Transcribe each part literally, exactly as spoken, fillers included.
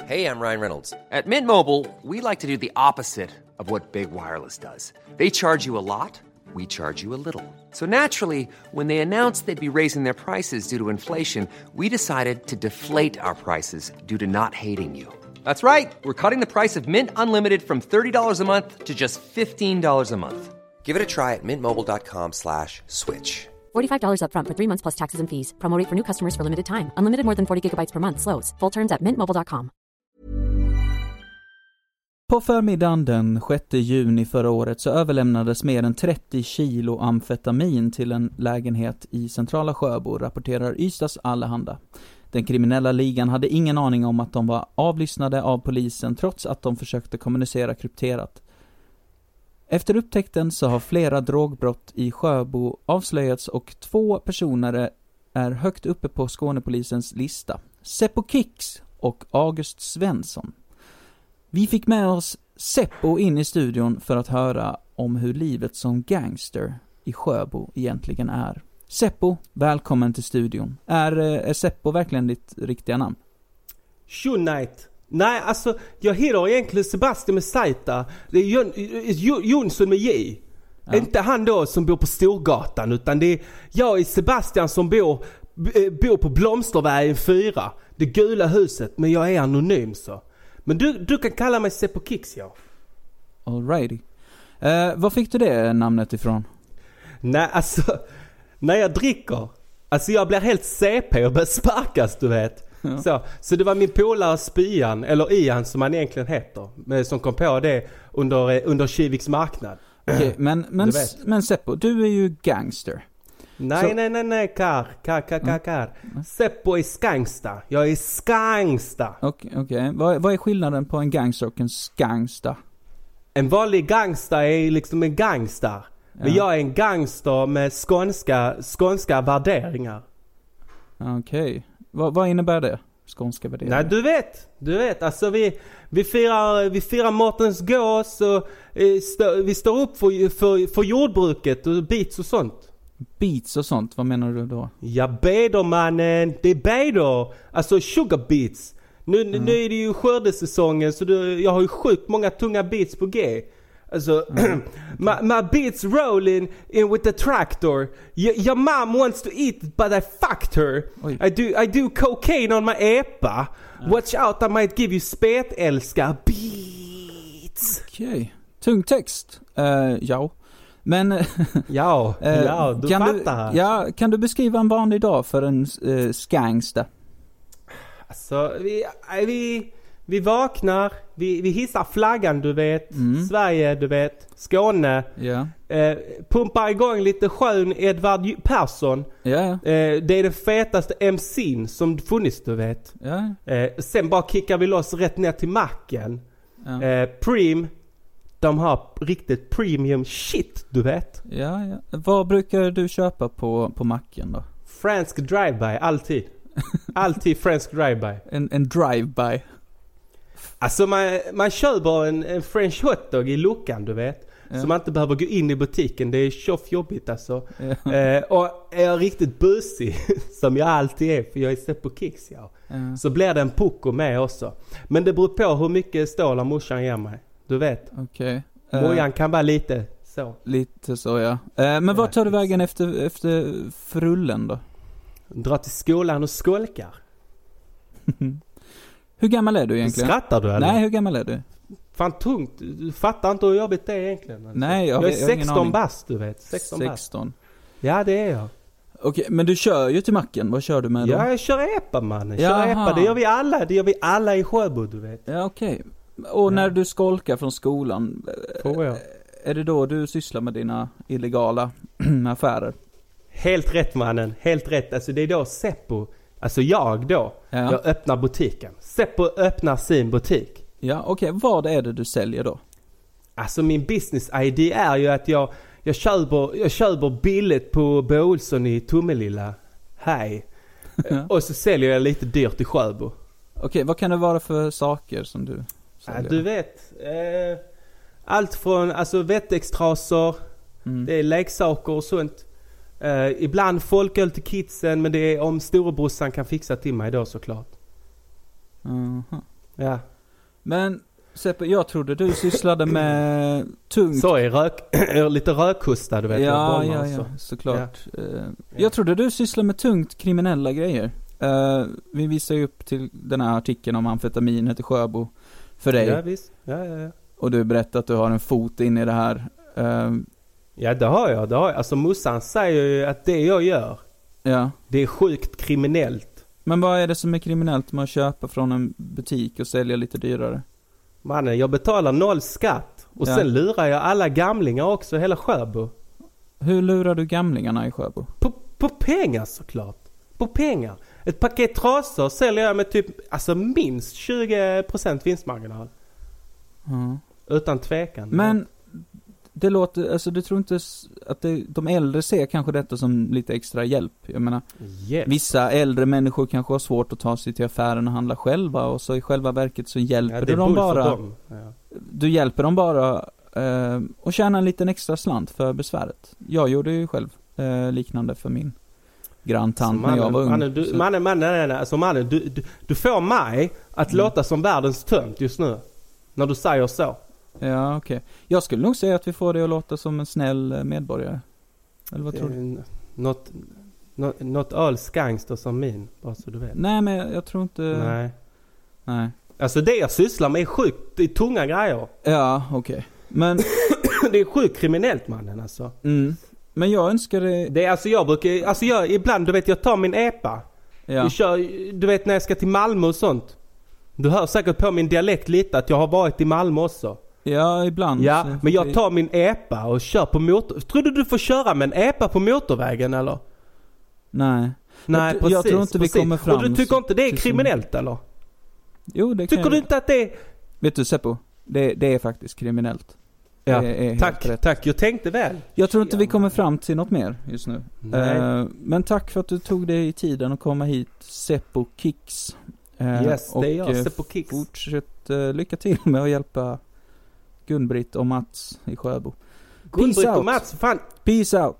Hey, I'm Ryan Reynolds. At Mint Mobile, we like to do the opposite of what Big Wireless does. They charge you a lot, we charge you a little. So naturally, when they announced they'd be raising their prices due to inflation, we decided to deflate our prices due to not hating you. That's right. We're cutting the price of Mint Unlimited from thirty dollars a month to just fifteen dollars a month. Give it a try at mintmobile.com slash switch. forty-five dollars up front for three months plus taxes and fees. Promo rate for new customers for limited time. Unlimited more than forty gigabytes per month slows. Full terms at mint mobile dot com. På förmiddagen den sjätte juni förra året så överlämnades mer än trettio kilo amfetamin till en lägenhet i centrala Sjöbo, rapporterar Ystads Allehanda. Den kriminella ligan hade ingen aning om att de var avlyssnade av polisen trots att de försökte kommunicera krypterat. Efter upptäckten så har flera drogbrott i Sjöbo avslöjats och två personer är högt uppe på Skånepolisens lista. Seppo Kicks och August Svensson. Vi fick med oss Seppo in i studion för att höra om hur livet som gangster i Sjöbo egentligen är. Seppo, välkommen till studion. Är, är Seppo verkligen ditt riktiga namn? Shunnight. Nej, alltså jag heter egentligen Sebastian med Saita. Det är Jon, Jonsson med J. Ja. Inte han då som bor på Storgatan, utan det är jag är Sebastian som bor, bor på Blomstervägen fyra. Det gula huset, men jag är anonym så. Men du, du kan kalla mig Seppo Kicks, ja. Alrighty. Eh, vad fick du det namnet ifrån? Nej, alltså när jag dricker, alltså jag blir helt C P och börjar sparkas, du vet. Ja. Så, så det var min polare Spyan, eller Ian som han egentligen heter, som kom på det under, under Kiviks marknad. Okej, okay, men, men, men Seppo, du är ju gangster. Nej, så... nej, nej, nej, kar, kar, kar, kar, kar. Mm. Seppo är skangsta. Jag är skangsta. Okej, okay, okay. vad, vad är skillnaden på en gangster och en skangsta? En vanlig gangsta är liksom en gangster. Ja. Men jag är en gangster med skånska, skånska värderingar. Okej. Okay. Vad, vad innebär det? Skånska värderingar? Nej, du vet. Du vet, alltså vi, vi firar, vi firar Mårtens gås och eh, stå, vi står upp för, för, för jordbruket och beats och sånt. Beats och sånt, vad menar du då? Ja, beder mannen, det är beder. Alltså sugar beats. Nu, mm. nu är det ju skördesäsongen, så du, jag har ju sjukt många tunga beats på G. Alltså, mm. my, my beats rolling in with the tractor. Y- your mom wants to eat but I fucked her. Oj. I do I do cocaine on my epa. Mm. Watch out, I might give you spetälska beats. Okej, okay. Tung text. Uh, ja. Men ja, eh, ja, du kan fattar. Du, ja, kan du beskriva en vanlig dag för en eh, skangsta? Alltså, vi, vi, vi vaknar, vi, vi hissar flaggan, du vet. Mm. Sverige, du vet. Skåne. Ja. Eh, pumpar igång lite skön Edvard Persson. Ja. Eh, det är den fetaste M C:n som funnits, du vet. Ja. Eh, sen bara kickar vi loss rätt ner till macken. Ja. Eh, Prim. De har riktigt premium shit, du vet. Ja, ja. Vad brukar du köpa på, på macken då? Fransk drive-by, alltid. Alltid fransk drive-by. En, en drive-by? Alltså man, man köper en, en French hotdog i luckan, du vet. Ja. Så man inte behöver gå in i butiken. Det är tjoff jobbigt alltså. Ja. Eh, och är jag riktigt busig, som jag alltid är, för jag är Seppo Kicks, ja. Ja. Så blir det en pucko med också. Men det beror på hur mycket stålar morsan ger mig. Du vet. Okej. Okay. Mojan uh, kan vara lite så. Lite så, ja. Uh, men ja, vad tar du vägen efter, efter frullen då? Dra till skolan och skolkar. Hur gammal är du egentligen? Skrattar du eller? Nej, hur gammal är du? Fan tungt. Du fattar inte hur jobbigt det är egentligen. Alltså. Nej, jag, jag är jag sexton bast, du vet. sexton, sexton. Bast. Ja, det är jag. Okej, men du kör ju till macken. Vad kör du med då? Ja, jag kör epa, man. Kör epa. Det gör vi alla. Det gör vi alla i Sjöbo, du vet. Ja, okej. Okay. Och när ja. du skolkar från skolan, Får jag. är det då du sysslar med dina illegala affärer? Helt rätt, mannen. Helt rätt. Alltså det är då Seppo, alltså jag då, ja. jag öppnar butiken. Seppo öppnar sin butik. Ja, okej. Okay. Vad är det du säljer då? Alltså min business idé är ju att jag, jag, köper, jag köper billigt på Bo Olsson i Tummelilla. Hej. Ja. Och så säljer jag lite dyrt i Sjöbo. Okej, okay, vad kan det vara för saker som du säljer? Ja, du vet. Eh, allt från alltså vettextraser, mm. det är leksaker och sånt. Eh, ibland folköl till kidsen, men det är om storebrorsan kan fixa till mig då såklart. Uh-huh. Ja. Men Seppe, jag trodde du sysslade med tungt... Så är rök, lite rökkusta, du vet. Ja, ja, ja, såklart. Ja. Uh, jag trodde du sysslade med tungt kriminella grejer. Uh, vi visar ju upp till den här artikeln om amfetaminet i Sjöbo för dig. Ja, visst. Ja, ja, ja. Och du berättade att du har en fot in i det här. Uh, ja, det har jag. Det har jag. Alltså Mussan säger ju att det jag gör, ja. det är sjukt kriminellt. Men vad är det som är kriminellt med att köpa från en butik och sälja lite dyrare? Mannen, jag betalar noll skatt. Och ja. Sen lurar jag alla gamlingar också, hela Sjöbo. Hur lurar du gamlingarna i Sjöbo? På, på pengar såklart. På pengar. Ett paket trasor säljer jag med typ, alltså minst tjugo procent vinstmarginal. Mm. Utan tvekan. Men det låter, alltså du tror inte att det, de äldre ser kanske detta som lite extra hjälp? Jag menar, yes. Vissa äldre människor kanske har svårt att ta sig till affären och handla själva, och så i själva verket så hjälper ja, du dem bara. Dem. Ja. Du hjälper dem bara eh, och tjäna en liten extra slant för besväret. Jag gjorde ju själv eh, liknande för min granntant när jag var ung. Mannen, du, mannen, mannen, nej, nej, alltså mannen, du, du, du får mig att mm. låta som världens tönt just nu. När du säger så. Ja, okej. Okay. Jag skulle nog säga att vi får det att låta som en snäll medborgare. Eller vad tror du? Något, något, något alls gangster som min, bara så du vet. Nej, men jag tror inte... Nej. Nej. Alltså det jag sysslar med är sjukt, det är tunga grejer. Ja, okej. Okay. Men... det är sjukt kriminellt, mannen, alltså. Mm. Men jag önskar det... Det är alltså jag brukar... Alltså jag, ibland, du vet, jag tar min epa. Ja. Jag kör, du vet, när jag ska till Malmö och sånt. Du hör säkert på min dialekt lite att jag har varit i Malmö också. Ja, ibland. Ja, men jag tar min epa och kör på motor... Tror du du får köra med en epa på motorvägen, eller? Nej. Nej, jag, precis, jag tror inte precis. vi kommer fram. Och du tycker inte det är till kriminellt, som... eller? Jo, det tycker kan du jag... inte att det är... Vet du, Seppo, det, det är faktiskt kriminellt. Ja, det är tack, rätt. tack. Jag tänkte väl. Jag tror inte vi kommer fram till något mer just nu. Nej. Uh, men tack för att du tog dig i tiden att komma hit, Seppo Kicks. Uh, yes, det är jag, och, Seppo Kicks. Fortsätt uh, lycka till med att hjälpa Gun-Britt och Mats i Sjöbo. Gun-Britt och Mats, fan. Peace out.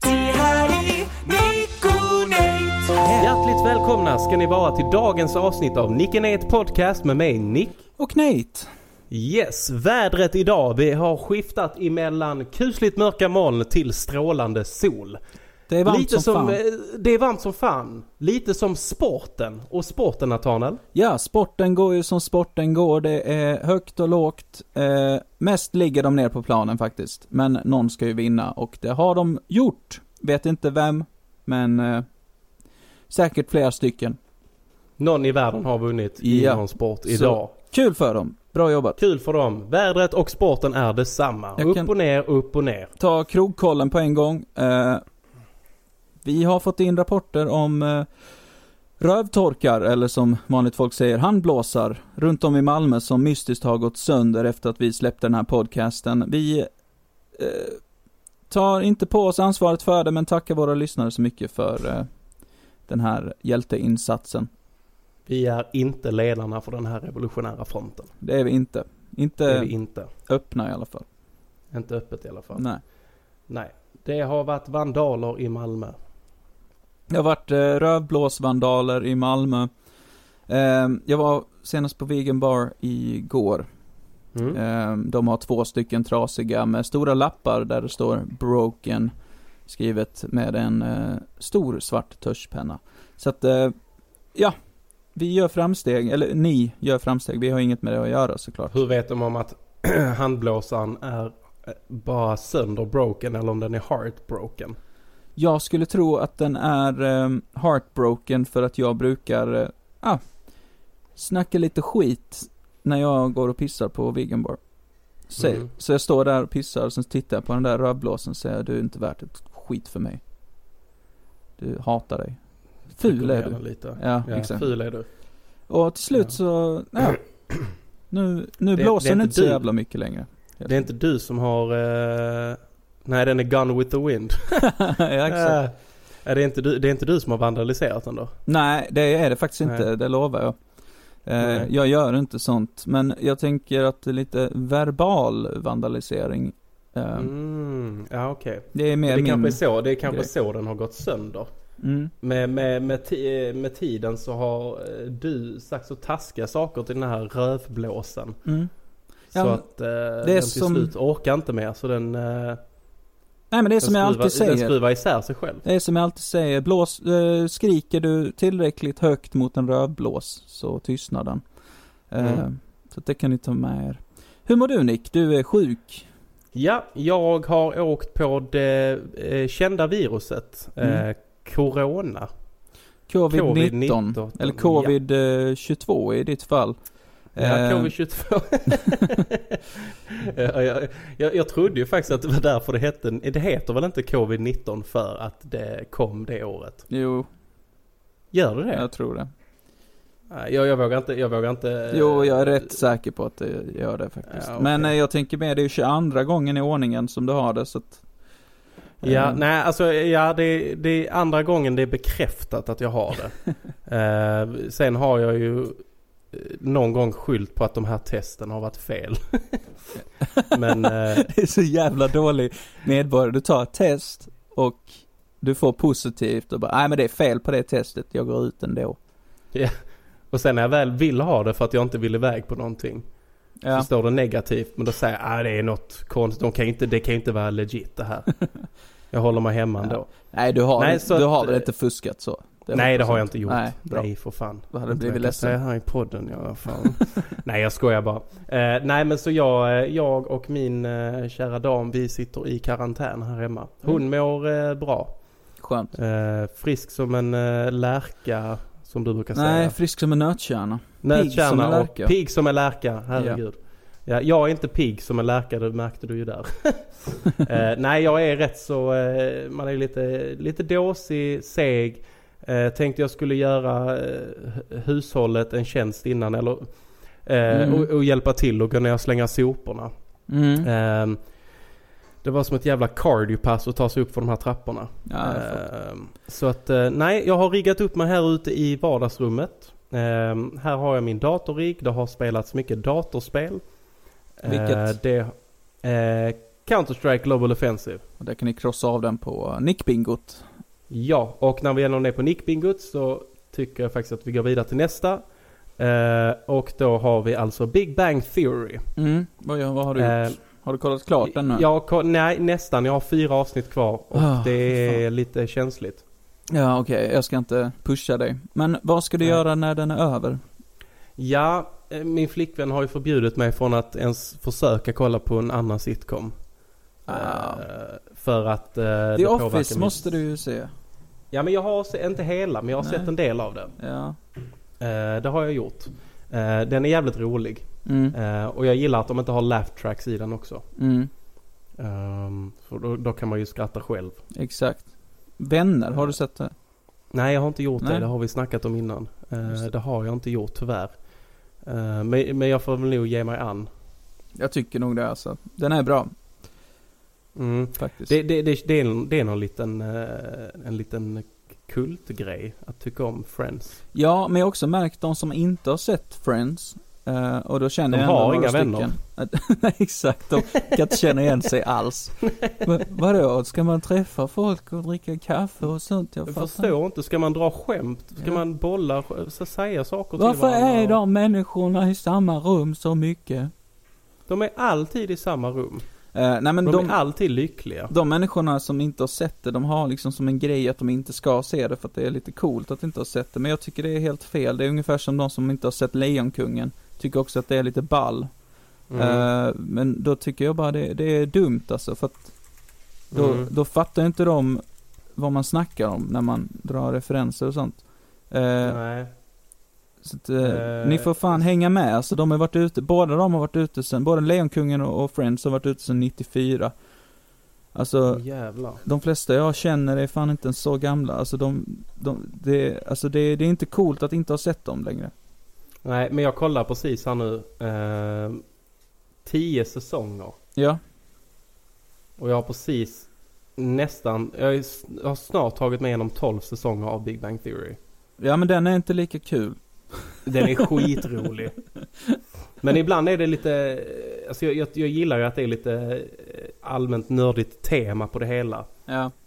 Hjärtligt välkomna ska ni vara till dagens avsnitt av Nick and Nate Podcast med mig, Nick. Och Nate. Yes, vädret idag, vi har skiftat emellan kusligt mörka moln till strålande sol. Det är varmt Lite som, som fan. Det är varmt som fan. Lite som sporten. Och sporten, Nathanael? Ja, sporten går ju som sporten går. Det är högt och lågt. Eh, mest ligger de ner på planen faktiskt. Men någon ska ju vinna. Och det har de gjort. Vet inte vem. Men eh, säkert flera stycken. Någon i världen har vunnit i ja. någon sport idag. Så, kul för dem. Bra jobbat. Kul för dem. Vädret och sporten är detsamma. Jag upp och ner, upp och ner. Ta krogkollen på en gång. Eh, vi har fått in rapporter om eh, rövtorkar, eller som vanligt folk säger, handblåsar, runt om i Malmö som mystiskt har gått sönder efter att vi släppte den här podcasten. Vi eh, tar inte på oss ansvaret för det, men tackar våra lyssnare så mycket för eh, den här hjälteinsatsen. Vi är inte ledarna för den här revolutionära fronten. Det är vi inte. Inte, det är vi inte. Öppna i alla fall. Inte öppet i alla fall. Nej. Nej. Det har varit vandaler i Malmö. Det har varit eh, rövblåsvandaler i Malmö. Eh, jag var senast på Vegan Bar igår. Mm. Eh, de har två stycken trasiga med stora lappar där det står broken skrivet med en eh, stor svart tuschpenna. Så att, eh, ja, vi gör framsteg, eller ni gör framsteg. Vi har inget med det att göra såklart. Hur vet de om att handblåsaren är bara sönder broken eller om den är heartbroken? Jag skulle tro att den är eh, heartbroken för att jag brukar eh, ah, snacka lite skit när jag går och pissar på Vegan Bar. Så, mm. så jag står där och pissar och sen tittar jag på den där rövblåsen och säger du är inte värt ett skit för mig. Du hatar dig. Ful är du. Lite. Ja, ja, exakt. Ful är du. Och till slut ja. så ja, nu, nu det, blåser det den inte inte så jävla mycket längre. Det är inte du som har uh... nej, den är Gone with the Wind. Ja, exakt. Uh, är det, inte du, det är inte du som har vandaliserat den då? Nej, det är det faktiskt inte. Nej. Det lovar jag. Eh, jag gör inte sånt. Men jag tänker att det är lite verbal vandalisering. Eh, mm, ja, okej. Okay. Det är mer det min kanske är så, det är kanske grej. så den har gått sönder. Mm. Med, med, med, t- med tiden så har du sagt så taskiga saker till den här rövblåsen. Mm. Så ja, att eh, den till som... slut orkar inte mer. Så den... Eh, Nej, men det är som jag alltid säger. Den skruvar isär sig själv. Det är som jag alltid säger. Blås, äh, skriker du tillräckligt högt mot en rövblås så tystnar den. Mm. Uh, så det kan ni ta med er. Hur mår du, Nick? Du är sjuk. Ja, jag har åkt på det eh, kända viruset. Mm. Eh, corona. covid nitton. Eller covid tjugotvå ja. I ditt fall. Ja, covid tjugotvå. jag, jag, jag, jag trodde ju faktiskt att det var därför det hette. Det heter väl inte covid nitton för att det kom det året? Jo. Gör det det? Jag tror det. Jag, jag vågar inte, jag vågar inte. Jo, jag är rätt säker på att det gör det faktiskt. Ja, okay. Men jag tänker med, det är ju tjugoandra gången i ordningen som du har det, så att... Ja, uh, nej, alltså ja, det, det är andra gången det är bekräftat att jag har det. uh, sen har jag ju någon gång skyllt på att de här testen har varit fel. Men uh, det är så jävla dålig medborgare. Du tar ett test och du får positivt och bara, nej men det är fel på det testet, jag går ut ändå. Ja, och sen när jag väl vill ha det för att jag inte vill iväg på någonting, ja. Så står det negativt, men då säger jag, ah, det är något konstigt, de kan inte, det kan inte vara legit det här. Jag håller mig hemma ändå. Ja. Nej, du har, nej, du att, har väl inte fuskat så? Det nej, det har jag inte gjort. Nej, nej för fan. Vad hade blivit ledsen? Jag här i podden, ja, fan. Nej, jag skojar bara. Uh, nej, men så jag, jag och min uh, kära dam, vi sitter i karantän här hemma. Hon mm. mår uh, bra. Skönt. Uh, frisk som en uh, lärka, som du brukar nej, säga. Nej, frisk som en nötkärna. Nötkärna och pig som en lärka, herregud. Ja. Ja, jag är inte pig som en läkare, det märkte du ju där. uh, nej, jag är rätt så, uh, man är lite, lite dåsig, seg. Uh, tänkte jag skulle göra uh, hushållet en tjänst innan, eller, uh, mm. och, och hjälpa till och gå ner och slänga soporna. Mm. Uh, det var som ett jävla cardiopass att ta sig upp för de här trapporna. Ja, uh, så att, uh, nej, jag har riggat upp mig här ute i vardagsrummet. Uh, här har jag min datorrigg, det har spelats mycket datorspel. Vilket? Uh, det, uh, Counter-Strike Global Offensive. Och där kan ni krossa av den på Nickbingot. Ja, och när vi är ner på Nickbingot så tycker jag faktiskt att vi går vidare till nästa. Uh, och då har vi alltså Big Bang Theory. Mm. Vad, vad har du uh, gjort? Har du kollat klart den nu? Jag, nej, nästan. Jag har fyra avsnitt kvar och oh, det är fan. Lite känsligt. Ja, okej. Okay. Jag ska inte pusha dig. Men vad ska du nej. göra när den är över? Ja, min flickvän har ju förbjudit mig från att ens försöka kolla på en annan sitcom. Ah. Uh, för att uh, The Office måste du ju se. Ja, men jag har se, inte hela, men jag har Nej. sett en del av det. Ja. Uh, det har jag gjort. Uh, den är jävligt rolig. Mm. Uh, och jag gillar att de inte har laugh tracks i den också. Mm. Um, för då, då kan man ju skratta själv. Exakt. Vänner, har du sett det? Nej, jag har inte gjort Nej. det. Det har vi snackat om innan. Uh, det har jag inte gjort, tyvärr. Uh, men, men jag får väl nog ge mig an. Jag tycker nog det, alltså. Den är bra. Mm. Faktiskt. Det, det, det, det, är, det är någon liten, uh, en liten kultgrej att tycka om Friends. Ja, men jag har också märkt de som inte har sett Friends. Uh, och då känner de jag har inga stycken. vänner. Nej, exakt. De kan inte känna igen sig alls. Men, vadå? Ska man träffa folk och dricka kaffe och sånt? Jag, jag förstår inte. Ska man dra skämt? Ska ja. man bolla, så säga saker Varför till varandra? Varför är de människorna i samma rum så mycket? De är alltid i samma rum. Uh, nej, men de, de är alltid lyckliga. De människorna som inte har sett det, de har liksom som en grej att de inte ska se det för att det är lite coolt att inte ha sett det. Men jag tycker det är helt fel. Det är ungefär som de som inte har sett Lejonkungen. Tycker också att det är lite ball. Mm. Uh, men då tycker jag bara det, det är dumt alltså. För att då, mm. då fattar inte de vad man snackar om när man drar referenser och sånt. Uh, Nej. Så att, uh, ni får fan hänga med. Alltså de har varit ute, båda de har varit ute sen, både Lejonkungen och, och Friends har varit ute sen nittiofyra. Alltså jävlar. De flesta jag känner är fan inte ens så gamla. Alltså de, de det, alltså det, det är inte coolt att inte ha sett dem längre. Nej, men jag kollar precis här nu. Eh, tio säsonger. Ja. Och jag har precis nästan, jag har snart tagit mig igenom tolv säsonger av Big Bang Theory. Ja, men den är inte lika kul. Den är skitrolig. Men ibland är det lite, alltså jag, jag, jag gillar ju att det är lite allmänt nördigt tema på det hela. Ja.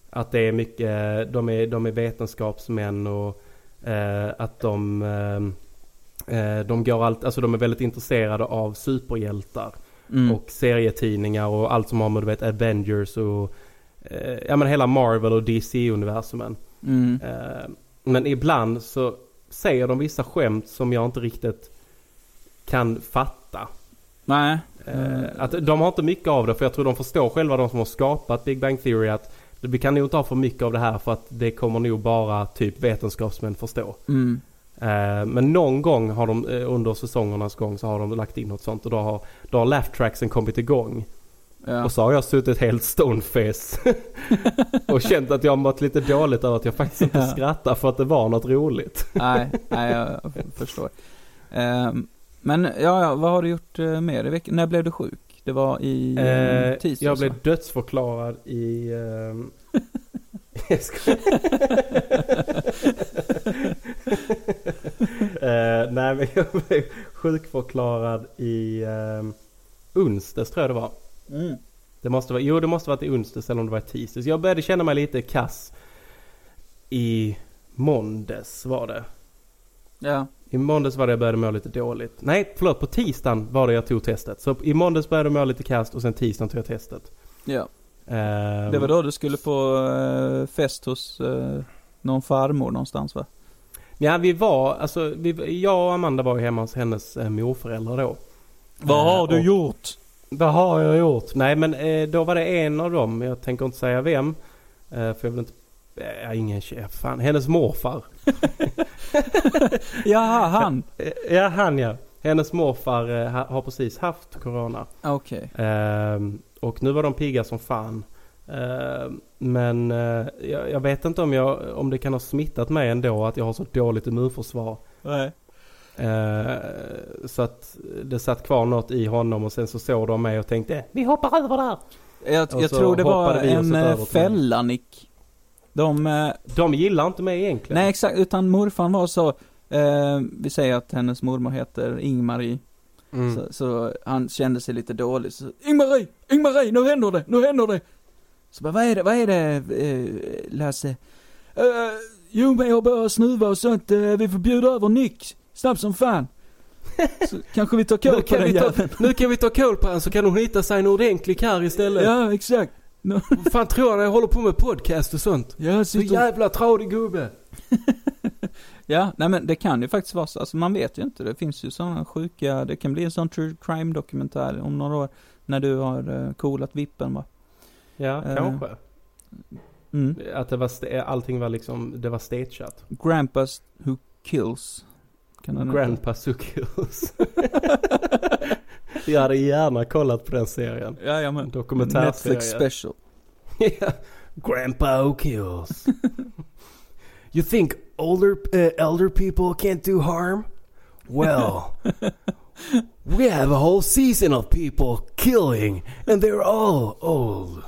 att det är mycket, de är, de är vetenskapsmän och eh, att de eh, de går allt, alltså de är väldigt intresserade av superhjältar mm. och serietidningar och allt som har med, du vet, Avengers och eh, ja men hela Marvel och D C-universumen. Mm. Eh, men ibland så säger de vissa skämt som jag inte riktigt kan fatta. Nej. Eh, att de har inte mycket av det, för jag tror de förstår själva, de som har skapat Big Bang Theory, att vi kan nog inte ha för mycket av det här för att det kommer nog bara typ vetenskapsmän förstå. Mm. Eh, men någon gång har de eh, under säsongernas gång så har de lagt in något sånt och då har, då har laugh tracksen kommit igång. Ja. Och så har jag suttit helt stoneface och känt att jag har mått lite dåligt av att jag faktiskt inte ja. skrattar för att det var något roligt. nej, nej, jag förstår. Um, men ja, ja, vad har du gjort uh, mer i veckan? När blev du sjuk? Det var i eh, tisdag. Jag blev dödsförklarad i... Uh, jag ska... uh, nej, men jag blev sjukförklarad i uh, onsdags, tror jag det var. Mm. Det måste vara, jo, det måste vara i onsdags eller om det var i tisdags. Jag började känna mig lite kass i måndags var det. Ja. I måndags var det jag började må lite dåligt. Nej, förlåt, på tisdagen var det jag tog testet. Så i måndags började jag må lite kast och sen tisdagen tog jag testet. Ja. Um, det var då du skulle på uh, fest hos uh, någon farmor någonstans, va? Ja, vi var, alltså vi, jag och Amanda var ju hemma hos hennes uh, morföräldrar då. Vad har uh, du gjort? Vad har jag gjort? Nej, men uh, då var det en av dem, jag tänker inte säga vem. Uh, för jag vill inte, jag uh, ingen chef, fan, hennes morfar. Ja, han. Ja, han, ja. Hennes morfar uh, har precis haft corona. Okej. Okay. Uh, och nu var de pigga som fan. Uh, men uh, jag, jag vet inte om, jag, om det kan ha smittat mig ändå att jag har så dåligt immunförsvar. Nej. Uh, så att det satt kvar något i honom och sen så såg de mig och tänkte vi hoppar över där. Jag, jag tror det var en fälla, Nick. De, uh, de gillar inte mig egentligen. Nej, exakt. Utan morfan var så... Uh, vi säger att hennes mormor heter Ingmarie. Mm. Så, så han kände sig lite dålig. Så, Ingmarie, Ingmarie, nu händer det, nu händer det. Så bara, vad är det, vad är det, uh, Lasse? Uh, jo, men jag börjar snuva och sånt. Uh, vi får bjuda över Nick. Snabbt som fan. Så kanske vi tar koll på den jäveln. Nu kan vi ta koll på han så kan hon hitta sig en ordentlig karl istället. Ja, exakt. No. Fan tror jag när jag håller på med podcast och sånt. Ja, så jävla tradig gubbe. Ja, nej men det kan ju faktiskt vara så. Alltså man vet ju inte. Det finns ju sådana sjuka... Det kan bli en sån true crime dokumentär om några år. När du har uh, coolat vippen, va? Ja, uh, kanske. Mm. Att det var st- allting var liksom... Det var stageat. Grandpas Who Kills. Kan Grandpas Who Kills. Jag hade gärna kollat på den serien. Ja, ja men. Dokumentärserien. Netflix special. Ja. Grandpa Who Kills. You think older uh, elder people can't do harm? Well, we have a whole season of people killing, and they're all old.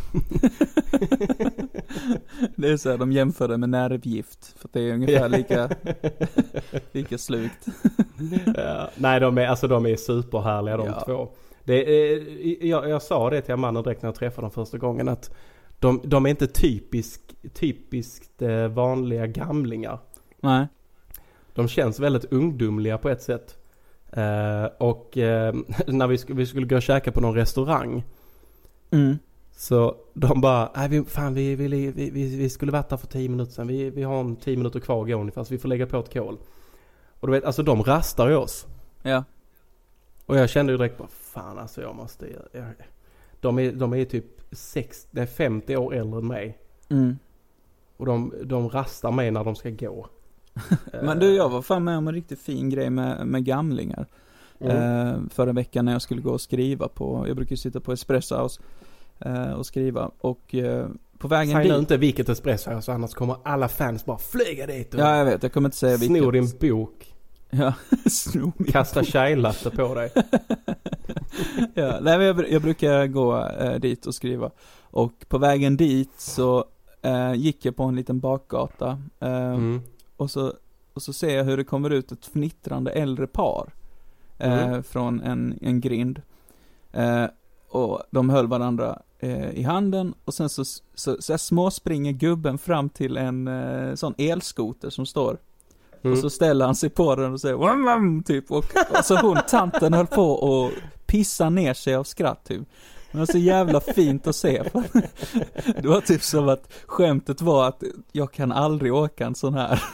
Det är så här, de jämför det med nervgift, för det är ungefär lika lika slukt. Ja, nej, de är alltså de är superhärliga de ja. två. Det är, jag, jag sa det till Amanda direkt när jag träffade dem första gången att de, de är inte typisk, typiskt eh, vanliga gamlingar. Nej. De känns väldigt ungdomliga på ett sätt. Eh, och eh, när vi, sk- vi skulle gå och käka på någon restaurang. Mm. Så de bara, nej vi, fan vi, vi, vi, vi, vi skulle varit där för tio minuter sedan. Vi, vi har en tio minuter kvar att gå ungefär så vi får lägga på ett kol. Och du vet, alltså de rastar i oss. Ja. Och jag kände ju direkt bara, fan alltså jag måste... Jag, de, är, de är typ sex, nej, femtio år äldre än mig. Mm. Och de, de rastar mig när de ska gå. Men du, jag var fan med om en riktigt fin grej med, med gamlingar. Mm. Eh, förra veckan när jag skulle gå och skriva på... Jag brukar sitta på Espresso House eh, och skriva. Och eh, på vägen Säg dit... nu inte vilket Espresso House, annars kommer alla fans bara flyga dit. Och ja, jag vet. Jag kommer inte säga vilket. Snor din bok. Ja, snor min Kasta chai-latte på dig. Ja, nej, men jag, jag brukar gå eh, dit och skriva. Och på vägen dit så eh, gick jag på en liten bakgata. Eh, mm. och, så, och så ser jag hur det kommer ut ett fnittrande äldre par. Eh, mm. Från en, en grind. Eh, och de höll varandra eh, i handen och sen så, så, så, så småspringer gubben fram till en eh, sån elskoter som står. Mm. Och så ställer han sig på den och säger vam, vam, typ. Och, och så hon, tanten, höll på och pissa ner sig av skratt typ. Men det var så jävla fint att se. Det var typ som att skämtet var att jag kan aldrig åka en sån här.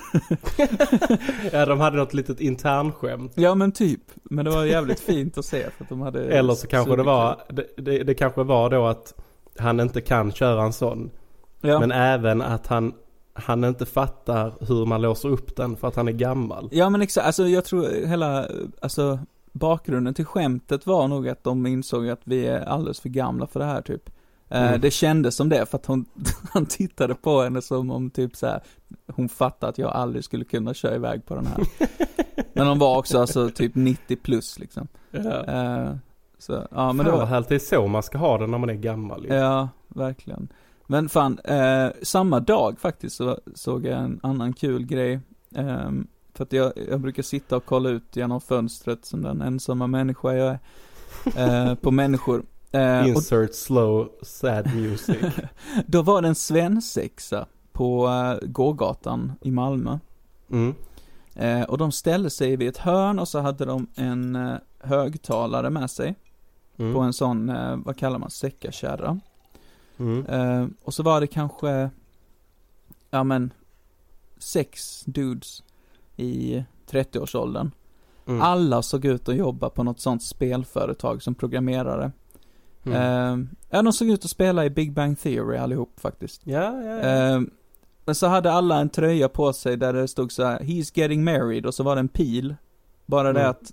Ja, de hade något litet internskämt. Ja, men typ. Men det var jävligt fint att se. För att de hade Eller så kanske det var, det, det, det kanske var då att han inte kan köra en sån. Ja. Men även att han, han inte fattar hur man låser upp den för att han är gammal. Ja, men exakt. Alltså jag tror hela... Alltså, bakgrunden till skämtet var nog att de insåg att vi är alldeles för gamla för det här typ. Mm. Eh, det kändes som det för att hon, han tittade på henne som om typ så här, hon fattade att jag aldrig skulle kunna köra iväg på den här. Men hon var också alltså typ nittio plus liksom. Ja. Eh, så, ja, men det var helt, det är så man ska ha det när man är gammal. Liksom. Ja, verkligen. Men fan, eh, samma dag faktiskt så såg jag en annan kul grej. Eh, För att jag, jag brukar sitta och kolla ut genom fönstret som den ensamma människa jag är eh, på människor. Eh, Insert och, slow sad music. Då var det en svensexa på eh, gågatan i Malmö. Mm. Eh, och de ställde sig vid ett hörn och så hade de en eh, högtalare med sig. Mm. På en sån, eh, vad kallar man, säckakärra. Mm. Eh, och så var det kanske, ja men, sex dudes i trettioårsåldern. Mm. Alla såg ut att jobba på något sånt spelföretag som programmerare. Mm. Eh, ja, de såg ut att spela i Big Bang Theory allihop faktiskt. Ja, ja, ja. Eh, men så hade alla en tröja på sig där det stod så här: he's getting married, och så var det en pil. Bara mm. det att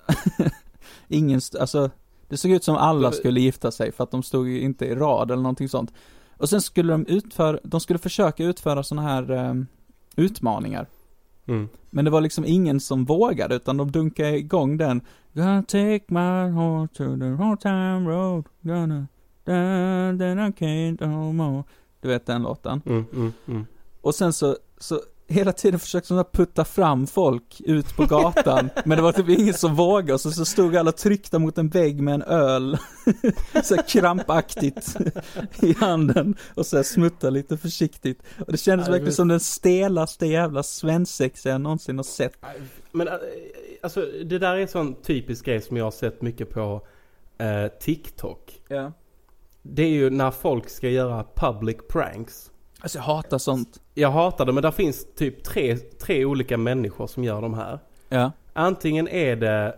ingen, st- alltså det såg ut som alla skulle gifta sig för att de stod inte i rad eller någonting sånt. Och sen skulle de utföra, de skulle försöka utföra såna här eh, utmaningar. Mm. Men det var liksom ingen som vågade, utan de dunkade igång den. Gonna take my horse to the whole time road. Gonna down, then I can't no more. Du vet den låten. Mm, mm, mm. Och sen så, så hela tiden försökte de putta fram folk ut på gatan. Men det var typ ingen som vågade. Och så, så stod alla tryckta mot en vägg med en öl. Så krampaktigt i handen. Och så smutta lite försiktigt. Och det kändes verkligen som den stelaste jävla svensexa jag någonsin har sett. Men alltså det där är en sån typisk grej som jag har sett mycket på eh, TikTok. Ja. Det är ju när folk ska göra public pranks. Alltså jag hatar sånt. Jag hatar det, men där finns typ tre, tre olika människor som gör de här. Ja. Antingen är det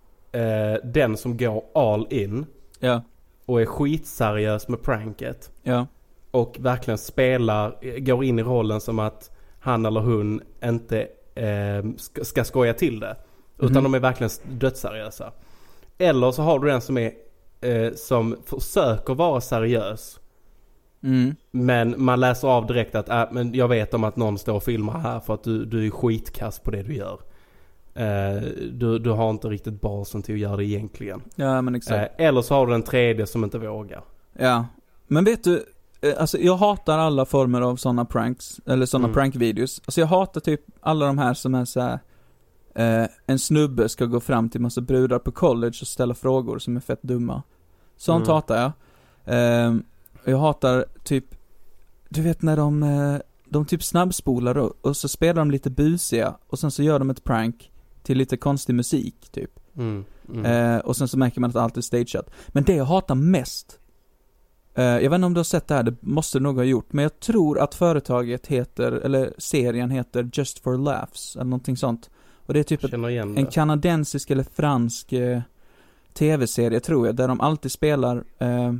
eh, den som går all in. Ja. Och är skitseriös med pranket. Ja. Och verkligen spelar, går in i rollen som att han eller hon inte eh, ska, ska skoja till det. Utan mm. de är verkligen dödsseriösa. Eller så har du den som är eh, som försöker vara seriös. Mm. Men man läser av direkt att äh, men jag vet om att någon står och filmar här för att du, du är skitkass på det du gör. Eh, du, du har inte riktigt basen till att göra det egentligen. Ja, men exakt. Eh, eller så har du den tredje som inte vågar. Ja, men vet du, alltså jag hatar alla former av sådana pranks, eller sådana mm. prankvideos. Alltså jag hatar typ alla de här som är så här, eh, en snubbe ska gå fram till massa brudar på college och ställa frågor som är fett dumma. Sånt mm. hatar jag. Eh, jag hatar typ, du vet när de, eh, de typ snabbspolar och, och så spelar de lite busiga och sen så gör de ett prank till lite konstig musik typ. Mm. Mm. Eh, och sen så märker man att allt är stageat. Men det jag hatar mest, Uh, jag vet inte om du har sett det här, det måste du nog ha gjort. Men jag tror att företaget heter, eller serien heter Just for Laughs eller någonting sånt. Och det är typ ett, en kanadensisk eller fransk uh, tv-serie tror jag, där de alltid spelar uh,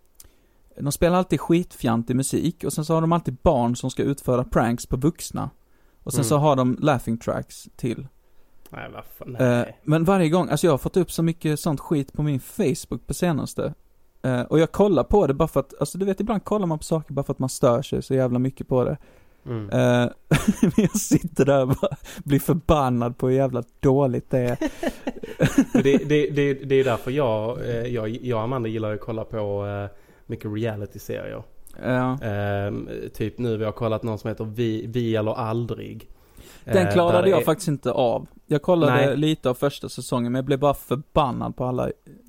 de spelar alltid skitfjantig musik. Och sen så har de alltid barn som ska utföra pranks på vuxna. Och sen mm. så har de laughing tracks till. Nej, varför? Nej. Uh, men varje gång, alltså jag har fått upp så mycket sånt skit på min Facebook på senaste. Uh, och jag kollar på det bara för att, alltså du vet, ibland kollar man på saker bara för att man stör sig så jävla mycket på det. Mm. Uh, jag sitter där och bara blir förbannad på hur jävla dåligt det är. det, det, det, det är därför jag, jag, jag och Amanda gillar att kolla på uh, mycket reality-serier. Uh. Uh, typ nu vi har kollat någon som heter Vi, Vi eller Aldrig. Den klarade uh, jag är... faktiskt inte av. Jag kollade Nej. lite av första säsongen, men jag blev bara förbannad på alla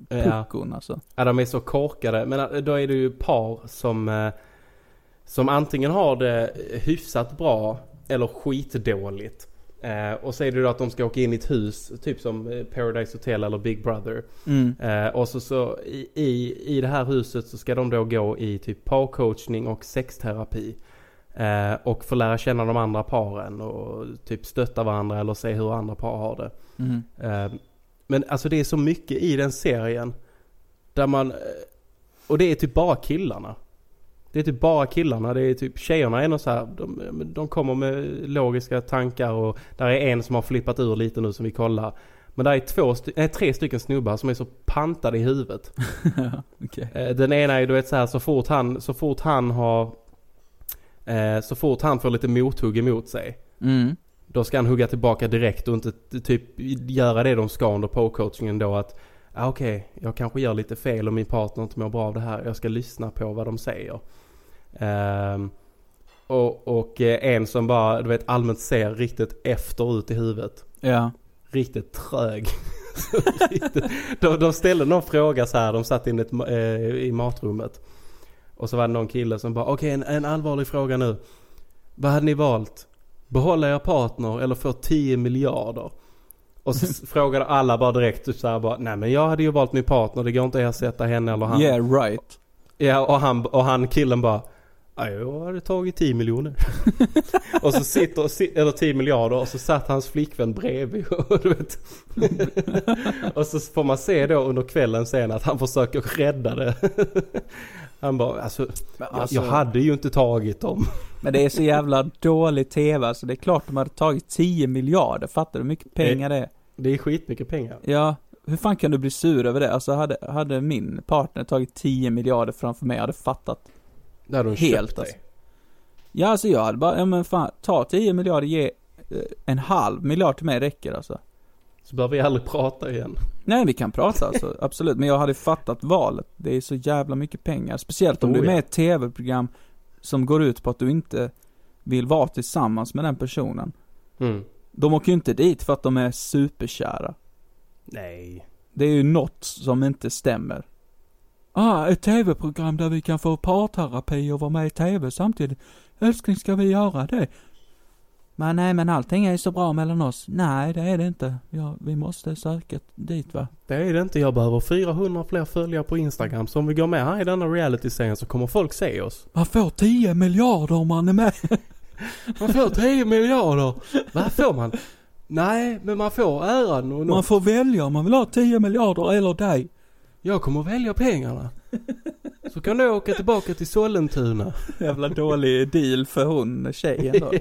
puckon alltså. Ja, de är så korkade. Men då är det ju par som, som antingen har det hyfsat bra eller skitdåligt. Eh, och så är det då att de ska åka in i ett hus, typ som Paradise Hotel eller Big Brother. Mm. Eh, och så, så i, i, i det här huset så ska de då gå i typ parcoachning och sexterapi. Eh, och få lära känna de andra paren och typ stötta varandra eller se hur andra par har det. Mm. Eh, men alltså det är så mycket i den serien där man, och det är typ bara killarna. Det är typ bara killarna. Det är typ tjejerna är nog så här, de, de kommer med logiska tankar och där är en som har flippat ur lite nu som vi kollar. Men där är två st- nej, tre stycken snubbar som är så pantade i huvudet. Okay. Den ena är du vet så här, så fort han så fort han har eh, så fort han får lite mothugg emot sig. Mm. Då ska han hugga tillbaka direkt och inte typ göra det de ska under på-coachingen då att ah, okej, okay, jag kanske gör lite fel och min partner inte mår bra av det här. Jag ska lyssna på vad de säger. Um, och, och en som bara, du vet, allmänt ser riktigt efter ut i huvudet. Ja. Riktigt trög. riktigt. De, de ställde någon fråga så här, de satt in ett, eh, i matrummet. Och så var det någon kille som bara, okej, okay, en, en allvarlig fråga nu. Vad hade ni valt? Behålla er partner eller få tio miljarder? Och så frågade alla bara direkt typ så här bara, nej men jag hade ju valt min partner, det går inte att ersätta henne eller han. Yeah, right. Ja, och han, och han killen bara, jag hade tagit tio miljoner. Och så sitter, eller tio miljarder, och så satt hans flickvän bredvid. Och, du vet. Och så får man se då under kvällen sen att han försöker rädda det. Han bara, alltså, alltså jag, jag hade ju inte tagit dem. Men det är så jävla dålig tv, alltså det är klart de hade tagit tio miljarder, fattar du hur mycket pengar det är? Det är skitmycket pengar. Ja, hur fan kan du bli sur över det? Alltså hade, hade min partner tagit tio miljarder framför mig, jag hade fattat. Det hade de helt köpt alltså. dig. Ja, alltså jag hade bara, ja men fan, ta tio miljarder, ge en halv miljard till mig räcker alltså. Så behöver vi aldrig prata igen. Nej, vi kan prata alltså, absolut. Men jag hade fattat valet. Det är så jävla mycket pengar. Speciellt om oh, du är med i ja. ett tv-program som går ut på att du inte vill vara tillsammans med den personen. Mm. De åker ju inte dit för att de är superkära. Nej. Det är ju något som inte stämmer. Ah, ett tv-program där vi kan få parterapi och vara med i tv samtidigt. Älskling, ska vi göra det? Men nej, men allting är ju så bra mellan oss. Nej, det är det inte. Ja, vi måste söka dit, va? Det är det inte. Jag behöver fyrahundra fler följare på Instagram. Så om vi går med här i denna reality-serien så kommer folk se oss. Man får tio miljarder om man är med. Man får tio miljarder. Vad får man? Nej, men man får äran. Och man får välja om man vill ha tio miljarder eller dig. Jag kommer välja pengarna. Så kan du åka tillbaka till Sollentuna. Jävla dålig deal för hon, tjejen då.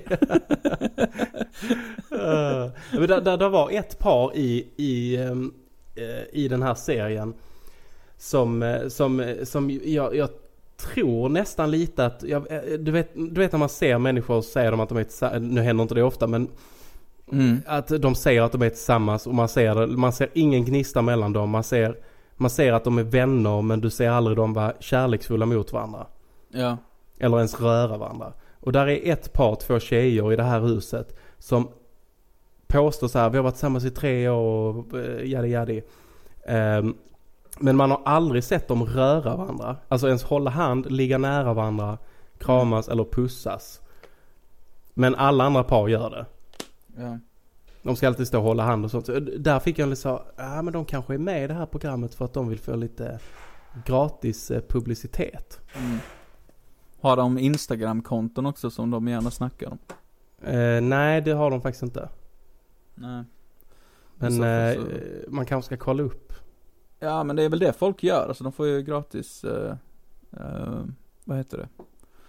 uh, men där, där, där var ett par i, i, um, uh, i den här serien som, uh, som, som jag, jag tror nästan lite att jag, du, vet, du vet när man ser människor och säger de att de är tillsammans, nu händer inte det ofta, men mm. att de säger att de är tillsammans och man ser, man ser ingen gnista mellan dem, man ser Man ser att de är vänner, men du ser aldrig dem vara kärleksfulla mot varandra. Ja. Eller ens röra varandra. Och där är ett par, två tjejer i det här huset som påstår så här, vi har varit tillsammans i tre år och jadi jadi. Um, men man har aldrig sett dem röra varandra. Alltså ens hålla hand, ligga nära varandra, kramas mm. eller pussas. Men alla andra par gör det. Ja. De ska alltid stå och hålla hand och sånt. Där fick jag lite så, ja men de kanske är med i det här programmet för att de vill få lite gratis publicitet. Mm. Har de Instagram-konton också som de gärna snackar om? Eh, nej, det har de faktiskt inte. Nej. Men så, eh, så... man kanske ska kolla upp. Ja, men det är väl det folk gör. Alltså de får ju gratis, eh, eh, vad heter det?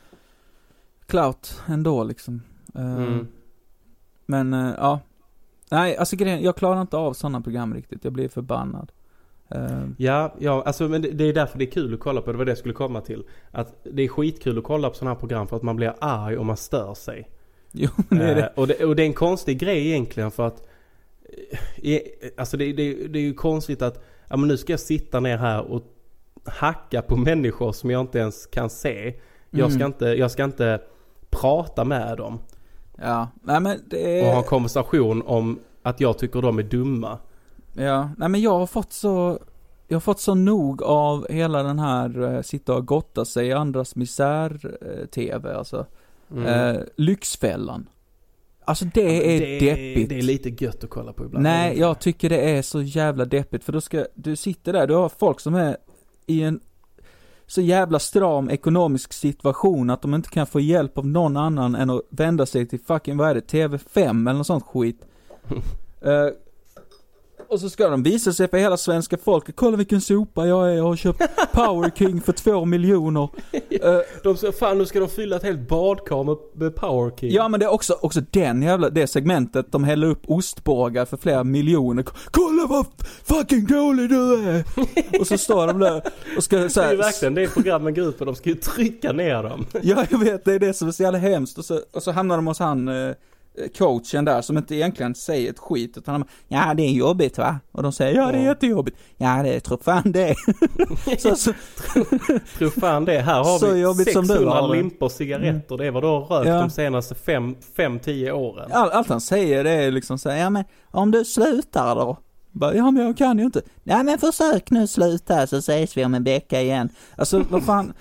Clout ändå liksom. Eh, mm. Men eh, ja. Nej, alltså jag klarar inte av sådana program riktigt. Jag blir förbannad. Uh. Ja, ja, alltså men det, det är därför det är kul att kolla på. Det var det jag skulle komma till. Att det är skitkul att kolla på sådana här program för att man blir arg och man stör sig. Jo, det är det. Uh, och, det och det är en konstig grej egentligen för att uh, alltså det, det, det är ju konstigt att ja, men nu ska jag sitta ner här och hacka på människor som jag inte ens kan se. Jag mm. ska inte, jag ska inte prata med dem. Ja, nej men det är... Och ha en konversation om att jag tycker de är dumma. Ja, nej men jag har fått så jag har fått så nog av hela den här uh, sitta och gotta sig i andras misär-tv, alltså. Mm. Uh, Lyxfällan. Alltså det ja, är det, deppigt. Det är lite gött att kolla på ibland. Nej, jag tycker det är så jävla deppigt. För då ska, du sitter där, du har folk som är i en så jävla stram ekonomisk situation att de inte kan få hjälp av någon annan än att vända sig till fucking, vad är det, T V fem eller något sånt skit. uh, Och så ska de visa sig för hela svenska folket. Kolla vilken sopa jag är. Jag har köpt Power King för två miljoner. uh, de så, fan, nu ska de fylla ett helt badkar med, med Power King. Ja, men det är också, också den jävla, det segmentet. De häller upp ostbågar för flera miljoner. Kolla vad fucking dålig du är. Och så står de där och ska så här, det är verkligen det programmen går ut på. De ska ju trycka ner dem. Ja, jag vet. Det är det som är så jävla hemskt. Och så, och så hamnar de hos han... Uh, coachen där som inte egentligen säger ett skit utan han, ja det är jobbigt va? Och de säger, ja det är jättejobbigt. Ja det tror fan det. så, så, tror fan det. Här har så vi sexhundra limpor cigaretter. Mm. Det är vad du har rökt ja. de senaste fem till tio åren. All, allt han säger det är liksom så här, ja men om du slutar då? Bara, ja men jag kan ju inte. Ja men försök nu sluta så ses vi om en vecka igen. Alltså vad fan.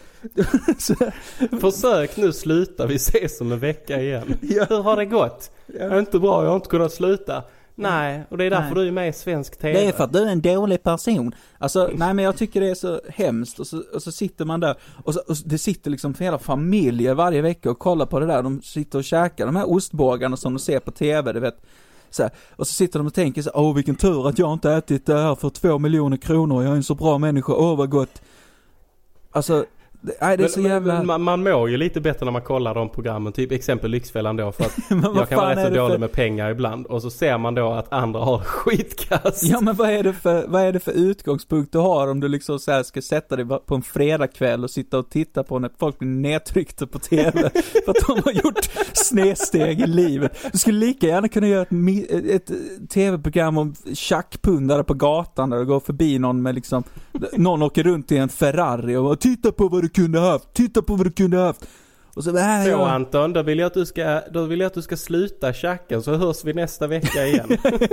Försök nu sluta, vi ses om en vecka igen. Ja. Hur har det gått? Ja. Är inte bra, jag har inte kunnat sluta. Nej, och det är därför nej. Du är med i svensk T V. Det är för att du är en dålig person. Alltså, nej men jag tycker det är så hemskt. Och så, och så sitter man där. Och, så, och det sitter liksom för hela familjer varje vecka och kollar på det där. De sitter och käkar de här ostbågarna som de ser på T V, du vet. Så här, och så sitter de och tänker så, åh vilken tur att jag inte ätit det här för två miljoner kronor. Jag är en så bra människa, åh vad gott. Alltså, det, nej, det är men, så jävla... men, man, man mår ju lite bättre när man kollar de programmen, typ exempel Lyxfällan då, för att jag kan vara rätt så dålig för... med pengar ibland. Och så ser man då att andra har skitkast. Ja men vad är det för, vad är det för utgångspunkt du har om du liksom så här ska sätta dig på en fredagkväll och sitta och titta på när folk blir nedtryckta på T V för att de har gjort snedsteg i livet. Du skulle lika gärna kunna göra ett, ett T V-program om tjackpundare på gatan där du går förbi någon med liksom, någon åker runt i en Ferrari och titta på vad du kunde haft, titta på vad du kunde haft. Och så, äh, så ja. Anton, då vill jag att du ska, då vill jag att du ska sluta tjacka, så hörs vi nästa vecka igen.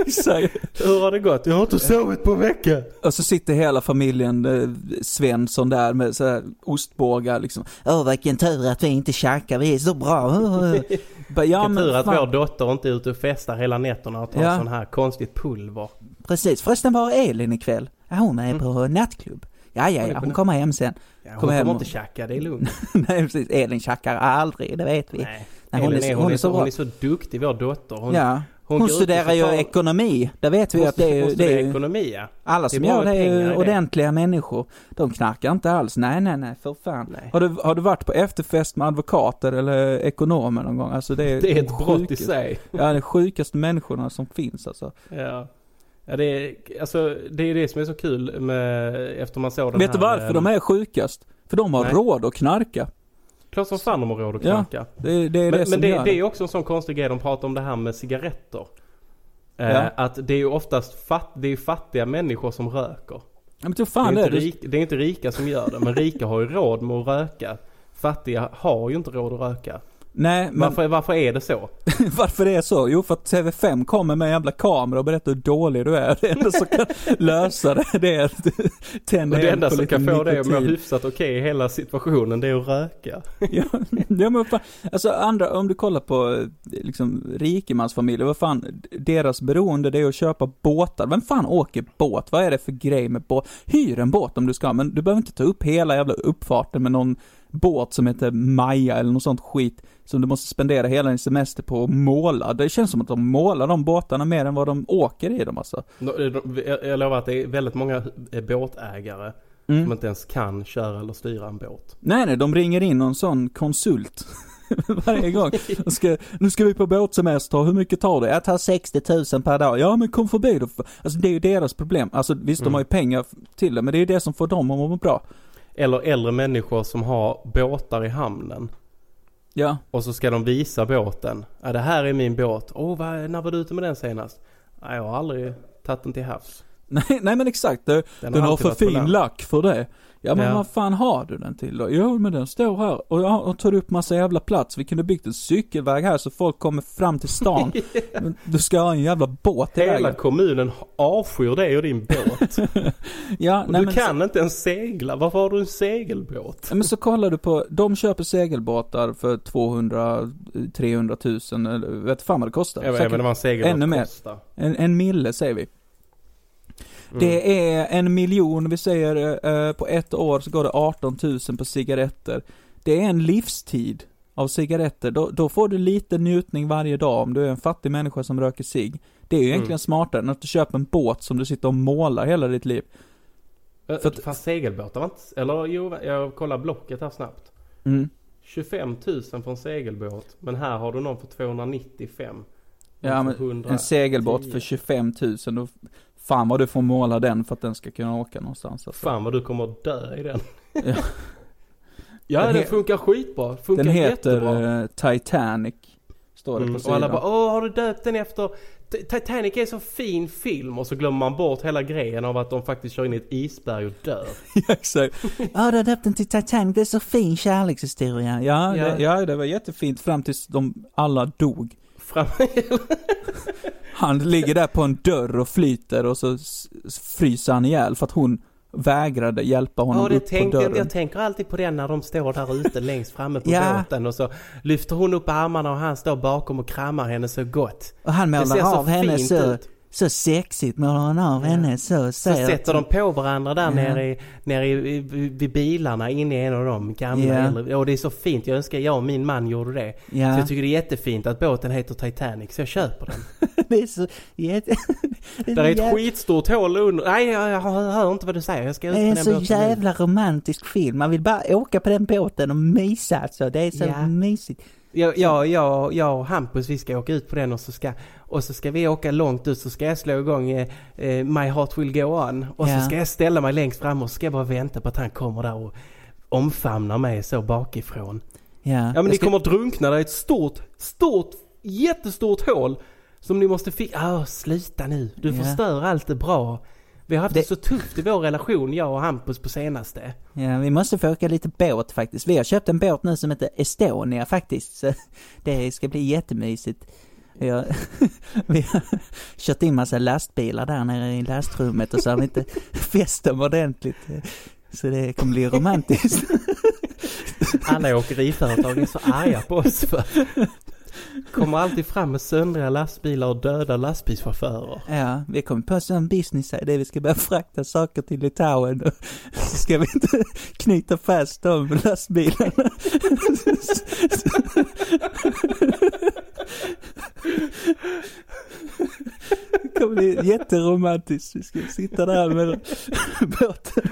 Hur har det gått? Jag har inte sovit på en vecka. Och så sitter hela familjen eh, Svensson där med så här ostbågar liksom. Åh, vilken tur att vi inte tjackar, vi är så bra. Bara, ja, vilken tur att vår dotter inte är ute och festar hela nätterna och tar ja. sån här konstigt pulver. Precis, förresten var Elin ikväll. Ja, hon är på mm. nattklubb. Ja, ja, ja, hon kommer hem sen. Ja, hon kommer, hem och... inte tjacka, det är lugnt. Nej, precis. Elin tjackar aldrig, det vet vi. Nej, Nej hon, är, är, hon, hon, är så, hon är så duktig, vår dotter. Hon, ja, hon, hon studerar ju tar... ekonomi. Det vet vi hon, att det är, det är ekonomi, ja. Alla som gör det är ju ordentliga människor. De knarkar inte alls. Nej, nej, nej, för fan. Nej. Har, du, har du varit på efterfest med advokater eller ekonomer någon gång? Alltså, det är, det är ett brott sjuka, i sig. Ja, det sjukaste människorna som finns, alltså. Ja. Ja, det är, alltså, det är det som är så kul med, efter man såg den Vet här... du varför de är sjukast? För de har nej. råd att knarka. Klart som fan de har råd att knarka. Ja, det, det är men det som men det, gör det är också en sån konstig grej de pratar om det här med cigaretter. Ja. Eh, att det är ju oftast fatt, det är fattiga människor som röker. Ja, men fan det, är det, inte rik, det är inte rika som gör det, men rika har ju råd med att röka. Fattiga har ju inte råd att röka. Nej, men... varför, varför är det så? Varför det är så? Jo, för att T V fem kommer med en jävla kamera och berättar hur dålig du är. Det enda som kan lösa det, det är att tända. Och det enda som kan få det att må hyfsat okej i hela situationen, det är att röka. ja, ja, men fan, alltså andra, om du kollar på liksom rikemansfamiljer, vad fan, deras beroende det är att köpa båtar. Vem fan åker båt? Vad är det för grej med båt? Hyr en båt om du ska, men du behöver inte ta upp hela jävla uppfarten med någon båt som heter Maja eller något sånt skit som du måste spendera hela din semester på att måla. Det känns som att de målar de båtarna mer än vad de åker i dem, alltså. Jag lovar att det är väldigt många båtägare mm. som inte ens kan köra eller styra en båt. Nej, nej, de ringer in någon sån konsult varje gång. Ska, nu ska vi på båtsemester, hur mycket tar det? Jag tar sextio tusen per dag. Ja, men kom förbi då. Alltså det är ju deras problem. Alltså visst, mm. de har ju pengar till det, men det är ju det som får dem att må bra. Eller äldre människor som har båtar i hamnen. Ja. Och så ska de visa båten. Ja, det här är min båt. Åh, oh, när var du ute med den senast? Nej, jag har aldrig tagit den till havs. Nej, nej men exakt. Den, den har, har för fin lack för det. Ja men ja. Vad fan har du den till då? Jo men den står här och jag och tar upp massa jävla plats. Vi kunde byggt en cykelväg här så folk kommer fram till stan. Men du ska ha en jävla båt i Hela vägen. kommunen avskyr dig och din båt. Ja, och nej, du men kan så... inte ens segla. Varför har du en segelbåt? Ja, men så kollar du på, de köper segelbåtar för tvåhundra till trehundratusen eller vet fan vad det kostar. Jag vet inte vad en segelbåt ännu kostar. Mer. En, en mille säger vi. Mm. Det är en miljon, vi säger eh, på ett år så går det arton tusen på cigaretter. Det är en livstid av cigaretter. Då, då får du lite njutning varje dag om du är en fattig människa som röker cigg. Det är ju egentligen mm. smartare än att du köper en båt som du sitter och målar hela ditt liv. Äh, För att, fast segelbåtar var inte, eller jo, jag kollar blocket här snabbt. Mm. tjugofem tusen för en segelbåt, men här har du någon för tvåhundranittiofem. Ja, men hundra, en segelbåt tio. För tjugofem tusen, då fan vad du får måla den för att den ska kunna åka någonstans. Alltså. Fan vad du kommer att dö i den. Ja, ja den, den he- funkar skitbra. Funkar den heter jättebra. Uh, Titanic. Står det mm, på sidan. Och alla bara, åh har du döpt den efter... T- Titanic är en så fin film. Och så glömmer man bort hela grejen av att de faktiskt kör in i ett isberg och dör. Ja, exakt. Ja, du har döpt den till Titanic. Det är så fin kärlekshistoria. Ja, ja. Det, ja, det var jättefint fram tills de alla dog. Fram... Han ligger där på en dörr och flyter och så fryser han ihjäl för att hon vägrade hjälpa honom ja, det upp tänker, på dörren. Jag tänker alltid på den när de står där ute längst framme på ja. båten och så lyfter hon upp armarna och han står bakom och kramar henne så gott. Och han målar av henne så, ut. så sexigt, målar han av ja. henne så. Så sätter de på varandra där ja. nere, i, nere i, vid bilarna inne i en av de gamla. Ja. Eller, och det är så fint, jag önskar jag och min man gjorde det. Ja. Så jag tycker det är jättefint att båten heter Titanic så jag köper den. Det är så jätte... Det är ett jävla... skitstort hål under. Nej, jag, jag hör inte vad du säger. Jag ska ut det är en så båten jävla nu. Romantisk film. Man vill bara åka på den båten och mysa. Alltså. Det är så ja. mysigt. Jag, jag, jag, jag och Hampus, vi ska åka ut på den och så ska, och så ska vi åka långt ut. Så ska jag slå igång eh, My Heart Will Go On. Och ja. så ska jag ställa mig längst fram och så ska jag bara vänta på att han kommer där och omfamnar mig så bakifrån. Ja, ja men ni ska... kommer att drunkna. Det är ett stort, stort, jättestort hål. Som ni måste fixa. Ah, sluta nu. Du yeah. förstör allt det bra. Vi har haft det... det så tufft i vår relation, jag och Hampus på senaste. Ja, vi måste få åka lite båt faktiskt. Vi har köpt en båt nu som heter Estonia faktiskt. Så det ska bli jättemysigt. Vi har, vi har kört in massa lastbilar där nere i lastrummet och så har vi inte fäst dem ordentligt. Så det kommer bli romantiskt. Alla åkeriföretag är så arga på oss för kommer alltid fram med söndriga lastbilar och döda lastbilschaufförer. Ja, vi kommer på en business här där vi ska börja frakta saker till Litauen och så ska vi inte knyta fast de lastbilarna. Det kommer bli jätteromantiskt. Vi ska sitta där med båten.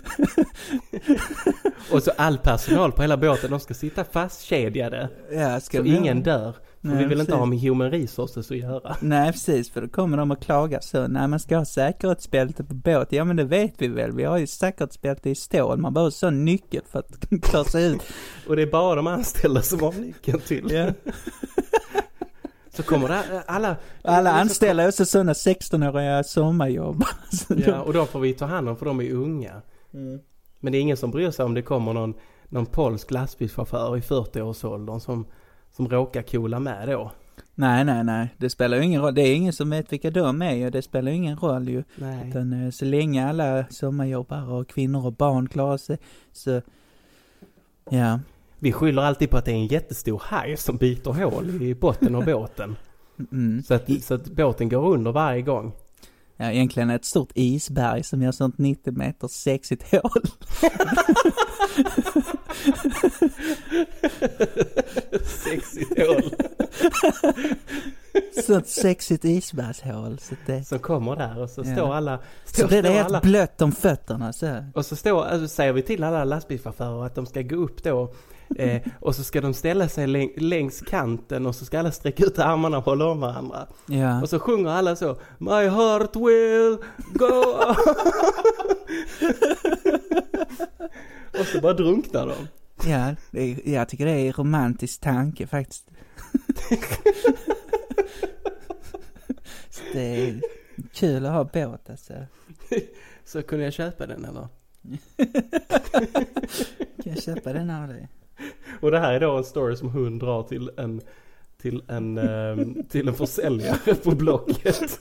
Och så all personal på hela båten, de ska sitta fastkedjade. Ja, ska så vi ingen ha... dör. För nej, vi vill precis. inte ha med human resources att göra. Nej, precis. För då kommer de att klaga så. Nej, man ska ha säkerhetsbälte på båt. Ja, men det vet vi väl. Vi har ju säkerhetsbälte i stål. Man behöver så nyckel för att klara sig ut. Och det är bara de anställda som har nyckeln till. Ja. Så kommer det alla... Alla anställda är också sådana sexton-åriga sommarjobb. Ja, och då får vi ta hand om för de är unga. Mm. Men det är ingen som bryr sig om det kommer någon, någon polsk lastbilschaufför i fyrtio-årsåldern som, som råkar coola med då. Nej, nej, nej. Det spelar ju ingen roll. Det är ingen som vet vilka de är och det spelar ju ingen roll ju. Nej. Utan så länge alla sommarjobbare och kvinnor och barn klarar sig så... Ja. Vi skyller alltid på att det är en jättestor haj som biter hål i botten av båten. Mm. Så, att, så att båten går under varje gång. Ja, egentligen ett stort isberg som gör sånt nittio meter sexigt hål. Sexigt hål. Sånt sexigt isbergshål. Så det... Som kommer där och så ja. står alla... Står, så blir det helt alla... blött om fötterna. Så. Och så står, alltså, säger vi till alla lastbilschaufförer att de ska gå upp då. Eh, och så ska de ställa sig läng- längs kanten och så ska alla sträcka ut armarna och hålla om varandra. Ja. Och så sjunger alla så: My heart will go on. Och så bara drunknar de. Ja, det är, jag tycker det är en romantisk tanke faktiskt. Så det är kul att ha båt alltså. Så kunde jag köpa den eller? Kan jag köpa den av dig? Och det här är då en story som hon drar till en till en um, till en försäljare på Blocket.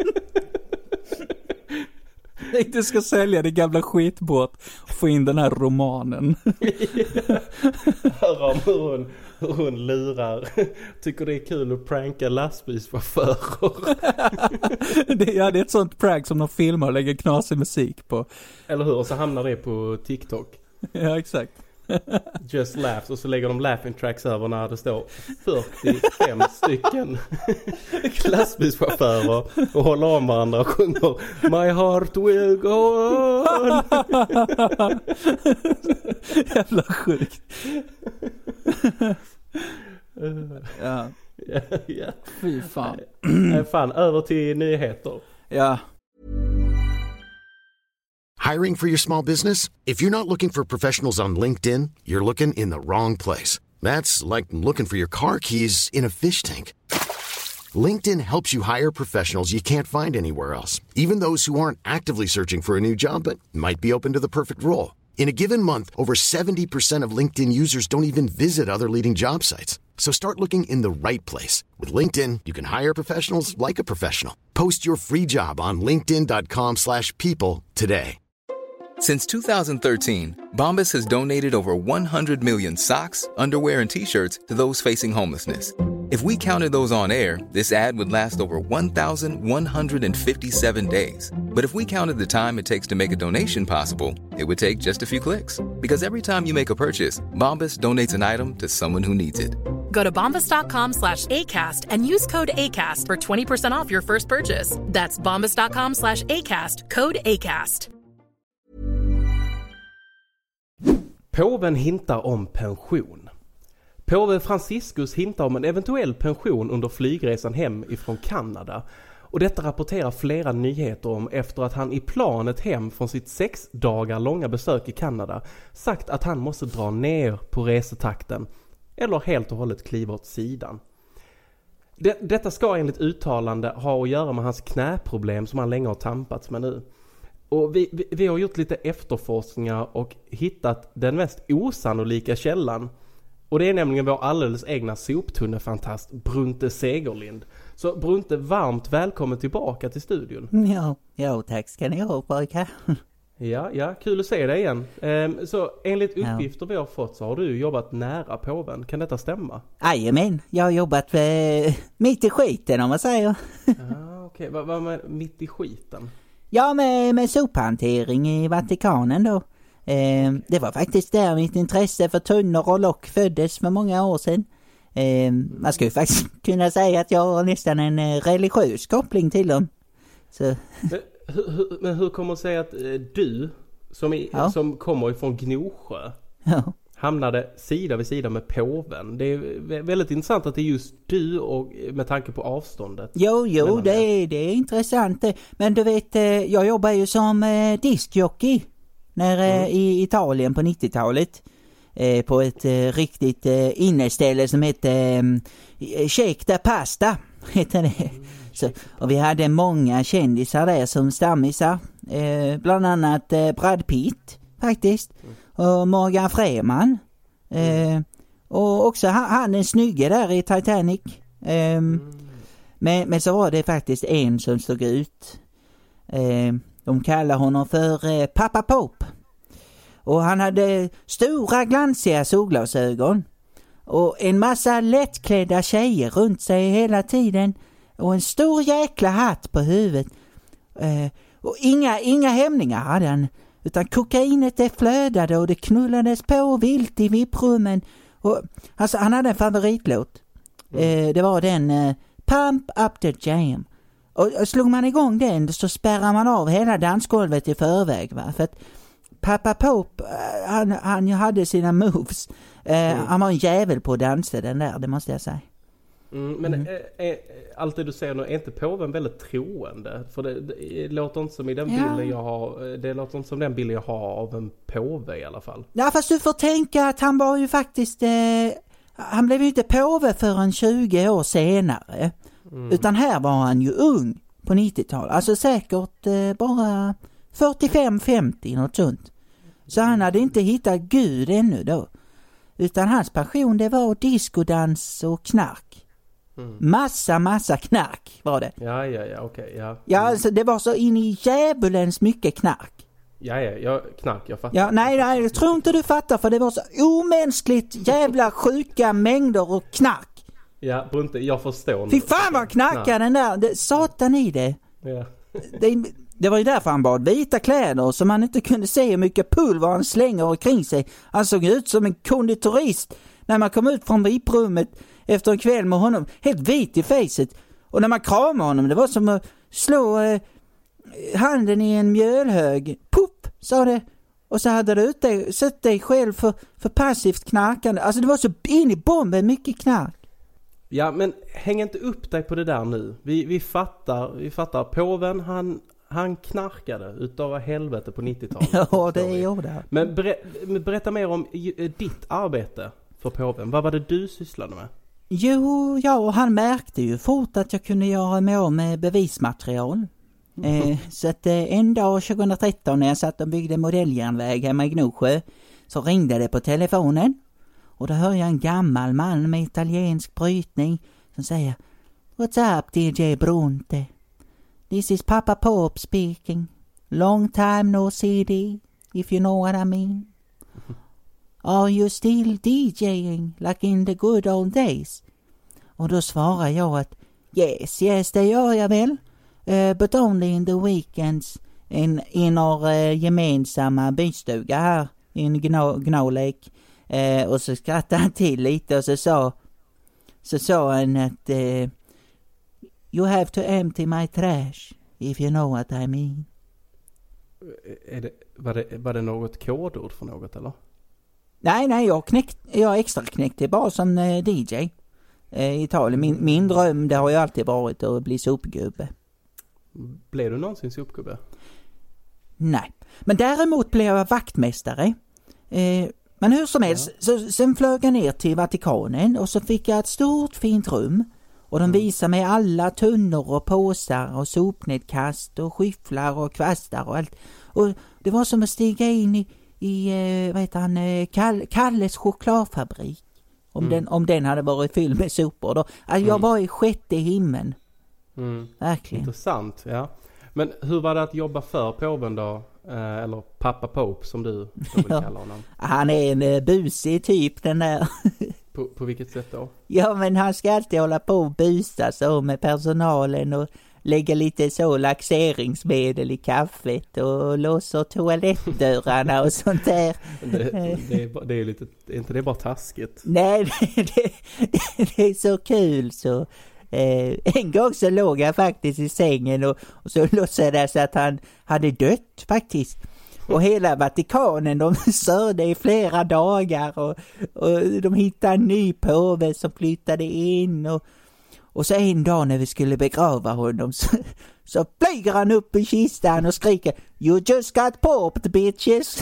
Du ska sälja din gamla skitbåt och få in den här romanen. Hör om hur hon, hur hon lurar. Tycker det är kul att pranka lastbilschaufförer. det, ja, det är ett sånt prank som de filmar och lägger knasig musik på. Eller hur? Och så hamnar det på TikTok. Ja, exakt. Just laughs. Och så lägger de laughing tracks över när det står fyrtiofem stycken lastbilschaufförer och håller om varandra och sjunger My heart will go on. Jävla sjukt. Ja. Ja, ja. Fy fan. Nej, fan, över till nyheter. Ja. Hiring for your small business? If you're not looking for professionals on LinkedIn, you're looking in the wrong place. That's like looking for your car keys in a fish tank. LinkedIn helps you hire professionals you can't find anywhere else, even those who aren't actively searching for a new job but might be open to the perfect role. In a given month, over seventy percent of LinkedIn users don't even visit other leading job sites. So start looking in the right place. With LinkedIn, you can hire professionals like a professional. Post your free job on linkedin dot com slash people today. Since two thousand thirteen, Bombas has donated over one hundred million socks, underwear, and T-shirts to those facing homelessness. If we counted those on air, this ad would last over one thousand one hundred fifty-seven days. But if we counted the time it takes to make a donation possible, it would take just a few clicks. Because every time you make a purchase, Bombas donates an item to someone who needs it. Go to bombas dot com slash ACAST and use code ACAST for twenty percent off your first purchase. That's bombas dot com slash ACAST, code ACAST. Påven hintar om pension. Påve Franciscus hintar om en eventuell pension under flygresan hem ifrån Kanada. Och detta rapporterar flera nyheter om efter att han i planet hem från sitt sex dagar långa besök i Kanada sagt att han måste dra ner på resetakten eller helt och hållet kliva åt sidan. Det, detta ska enligt uttalande ha att göra med hans knäproblem som han länge har tampats med nu. Och vi, vi, vi har gjort lite efterforskningar och hittat den mest osannolika källan. Och det är nämligen vår alldeles egna soptunnefantast Brunte Segerlind. Så Brunte, varmt välkommen tillbaka till studion. Ja, ja tack ska ni ha pojkar. Ja, ja, kul att se dig igen. Ehm, så enligt uppgifter ja. vi har fått så har du jobbat nära påven. Kan detta stämma? Jajamän, jag har jobbat eh, mitt i skiten om man säger. Ah, okej, okay. Vad var med mitt i skiten? Ja, med, med sophantering i Vatikanen då. Eh, det var faktiskt där mitt intresse för tunnor och lock föddes för många år sedan. Eh, man skulle faktiskt kunna säga att jag har nästan en eh, religiös koppling till dem. Så. Men, hur, men hur kommer det sig att eh, du som, i, ja. som kommer ifrån Gnosjö ja. hamnade sida vid sida med påven? Det är väldigt intressant att det är just du och med tanke på avståndet. Jo, jo, det är, det är intressant. Men du vet, jag jobbar ju som eh, diskjockey nere mm. i Italien på nittiotalet. Eh, på ett eh, riktigt eh, inneställe som heter eh, Check da Pasta heter det. Mm. Så, och vi hade många kändisar där som stammisar. Eh, bland annat eh, Brad Pitt faktiskt. Mm. Och Morgan Freeman. Eh, och också han, han den snygge där i Titanic. Eh, mm. men, men så var det faktiskt en som stod ut. Eh, de kallar honom för eh, Pappa Pope. Och han hade stora glansiga solglasögon. Och en massa lättklädda tjejer runt sig hela tiden. Och en stor jäkla hatt på huvudet. Eh, och inga, inga hämningar hade han. Utan kokainet det flödade och det knullades på vilt i vipprummen. Och, alltså, han hade en favoritlåt. Mm. Eh, det var den eh, Pump Up the Jam. Och, och slog man igång den så spärrar man av hela dansgolvet i förväg. Va? För att Pappa Pope, eh, han, han hade sina moves. Eh, mm. Han var en jävel på att dansa den där, det måste jag säga. Mm, men mm. Är, är, allt det du säger nu, är inte påven väldigt troende? För det, det, det låter inte som i den ja. bilden jag har, det låter inte som den bilden jag har av en påve i alla fall. Ja, fast du får tänka att han var ju faktiskt, eh, han blev ju inte påve förrän tjugo år senare. Mm. Utan här var han ju ung på nittiotalet. Alltså säkert eh, bara fyrtiofem femtio, något sånt. Så han hade inte hittat Gud ännu då. Utan hans passion, det var diskodans och knark. Mm. Massa, massa knark var det. Ja, ja, ja, okej, okay, ja. Mm. Ja, alltså det var så in i djävulens mycket knark. Ja, ja, jag, knark, jag fattar. Ja, nej, nej, jag tror inte du fattar, för det var så omänskligt jävla sjuka mängder och knark. Ja, Brunte, jag förstår. Fy fan vad knarkar den där, det, satan i det. Ja. det. Det var ju därför han bad vita kläder, så man inte kunde se hur mycket pulver han slänger omkring sig. Han såg ut som en konditorist när man kom ut från viprummet efter en kväll med honom, helt vit i facet. Och när man kramade honom, det var som att slå eh, handen i en mjölhög. Pupp, sa det. Och så hade du ute, sett dig själv för, för passivt knarkande. Alltså det var så in i bomben, mycket knark. Ja, men häng inte upp dig på det där nu. Vi, vi fattar, vi fattar. Påven, han... Han knarkade utav helvete på nittiotalet. Ja, det är jag där. Men ber, berätta mer om ditt arbete för påven. Vad var det du sysslade med? Jo, ja, och han märkte ju fort att jag kunde göra mig av med bevismaterial. Mm. Eh, så att eh, en dag tjugohundratretton när jag satt och byggde modelljärnväg hemma i Gnosjö, så ringde det på telefonen. Och då hör jag en gammal man med italiensk brytning som säger: "What's up, D J Brunte? This is Papa Pope speaking. Long time no C D, if you know what I mean. Are you still DJing like in the good old days?" Och då svarar jag att yes, yes, det gör jag väl. Uh, but only in the weekends in, in our uh, gemensamma bystuga här i Gnolek. Uh, och så skrattade han till lite och så sa, så sa han att uh, "You have to empty my trash, if you know what I mean." Är det, var, det, var det något kodord för något, eller? Nej, nej, jag, knäckt, jag extra knäckte bara som eh, D J eh, i Italien. Min, min dröm, det har ju alltid varit att bli sopgubbe. Blev du någonsin sopgubbe? Nej, men däremot blev jag vaktmästare. Eh, men hur som helst, ja. så, sen flög jag ner till Vatikanen och så fick jag ett stort fint rum. Och de visar mig alla tunnor och påsar och sopnedkast och skyfflar och kvastar och allt. Och det var som att stiga in i, i vad heter han, Kall, Kalles chokladfabrik. Om, mm. den, om den hade varit fylld med sopor. Då. Alltså, mm. Jag var i sjätte himlen. Mm. Verkligen. Intressant, ja. Men hur var det att jobba för påven då? Eller Papa Pope som du vill kalla honom. Han är en uh, busig typ, den där. på, på vilket sätt då? Ja, men han ska alltid hålla på och busa så med personalen och lägga lite så laxeringsmedel i kaffet och låsa toalettdörrarna och sånt där. det, det, är, det är lite, är inte det bara taskigt? Nej, det, det, det är så kul så. Eh, en gång så låg jag faktiskt i sängen och, och så låtsades att han hade dött faktiskt. Och hela Vatikanen, de sörde i flera dagar och, och de hittade en ny påve som flyttade in. Och, och så en dag när vi skulle begrava honom så, så flyger han upp i kistan och skriker "You just got popped, bitches!"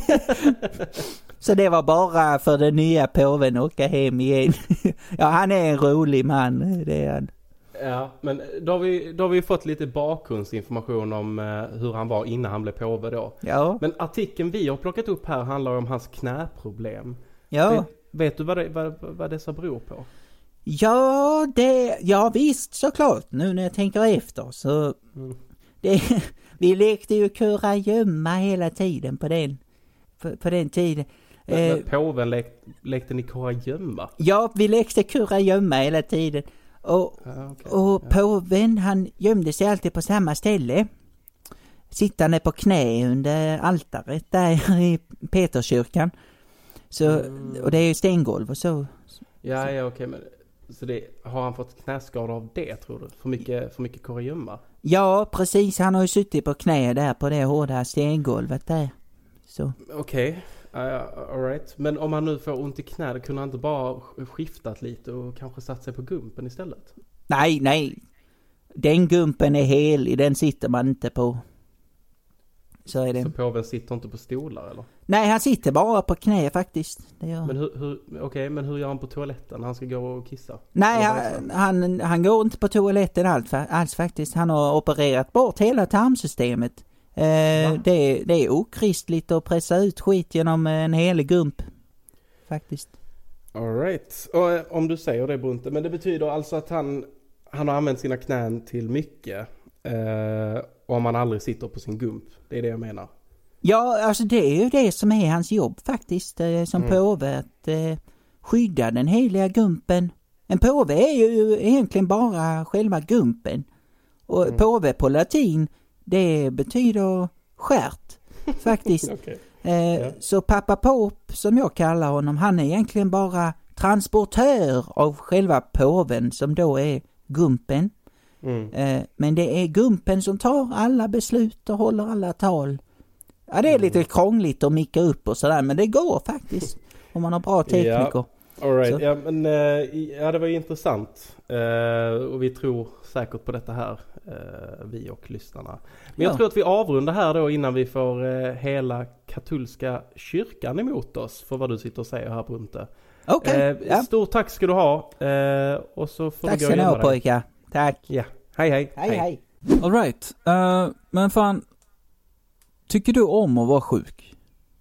Så det var bara för den nya påven att åka hem igen. Ja, han är en rolig man, det är han. Ja, men då har vi, då har vi fått lite bakgrundsinformation om eh, hur han var innan han blev påve då. Ja. Men artikeln vi har plockat upp här handlar om hans knäproblem. Ja. Vet, vet du vad, det, vad, vad dessa beror på? Ja, det, ja visst såklart. Nu när jag tänker efter så... Mm. Det, vi lekte ju kurragömma hela tiden på den, på, på den tiden. Men, eh, men påven lek, lekte ni kurragömma? Ja, vi lekte kurragömma hela tiden. Och, ah, okay. och påven, han gömde sig alltid på samma ställe. Sittande på knä under altaret där i Peterskyrkan. Så, mm. Och det är ju stengolv och så. Ja, ja okej. Okay, men så det, har han fått knäskador av det, tror du? För mycket, för mycket kurragömma? Ja, precis. Han har ju suttit på knä där på det hårda stengolvet där. Så. Okej. Okay. Uh, all right. Men om han nu får ont i knä, kunde han inte bara skiftat lite och kanske satt sig på gumpen istället? Nej, nej. Den gumpen är helig, den sitter man inte på. Så är det. Så påven sitter inte på stolar, eller? Nej, han sitter bara på knä faktiskt. Det gör. Men hur, hur, okej, okay, men hur gör han på toaletten när han ska gå och kissa? Nej, han, han, han går inte på toaletten alls, alls faktiskt. Han har opererat bort hela tarmsystemet. Eh, det, det är okristligt att pressa ut skit genom en helig gump. Faktiskt. All right. Och eh, om du säger det, Bunte, men det betyder alltså att han, han har använt sina knän till mycket. Eh, om man aldrig sitter på sin gump. Det är det jag menar. Ja, alltså det är ju det som är hans jobb faktiskt. Eh, som mm. påve att eh, skydda den heliga gumpen. En påve är ju egentligen bara själva gumpen. Och mm. påve på latin, det betyder skärt faktiskt. Okay. Eh, yeah. Så pappa Pop, som jag kallar honom, han är egentligen bara transportör av själva påven som då är gumpen. Mm. Eh, men det är gumpen som tar alla beslut och håller alla tal. Ja, det är mm. lite krångligt att micka upp och sådär, men det går faktiskt om man har bra tekniker. Yeah. All right. Ja, men, uh, ja, det var ju intressant. Uh, och vi tror säkert på detta här, uh, vi och lyssnarna. Men jag ja. tror att vi avrundar här då innan vi får uh, hela katolska kyrkan emot oss för vad du sitter och säger här, Bunte. Okej. Okay. Uh, ja. Stort tack ska du ha. Uh, och så får tack du gå och gömma dig. Tack pojkar. Tack. Ja. Hej, hej. Hej, hej. All right. Uh, men fan, tycker du om att vara sjuk?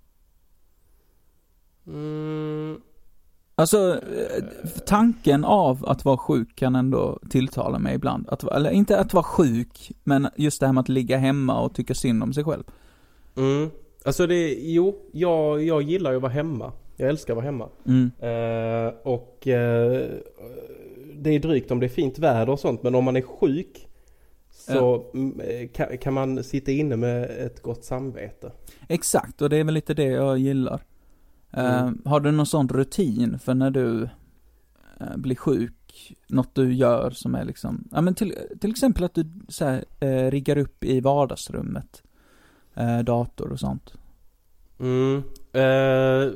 Mm. Alltså, tanken av att vara sjuk kan ändå tilltala mig ibland. Att, eller inte att vara sjuk, men just det här med att ligga hemma och tycka synd om sig själv. Mm. Alltså det, jo, jag, jag gillar ju att vara hemma. Jag älskar att vara hemma. Mm. Uh, och uh, det är drygt om det är fint väder och sånt, men om man är sjuk så ja. kan, kan man sitta inne med ett gott samvete. Exakt, och det är väl lite det jag gillar. Mm. Uh, har du någon sån rutin för när du uh, blir sjuk, något du gör som är liksom, ja men till, till exempel att du så här, uh, riggar upp i vardagsrummet, uh, dator och sånt? Mm. Uh,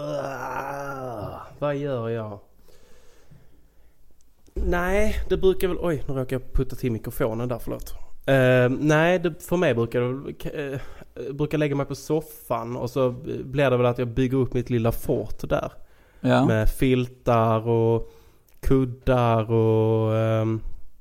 vad gör jag? Nej, det brukar väl, oj, nu råkar jag putta till mikrofonen där, förlåt. Uh, nej, det, för mig brukar det uh, brukar lägga mig på soffan och så blir det väl att jag bygger upp mitt lilla fort där. Ja. Med filtar och kuddar och um,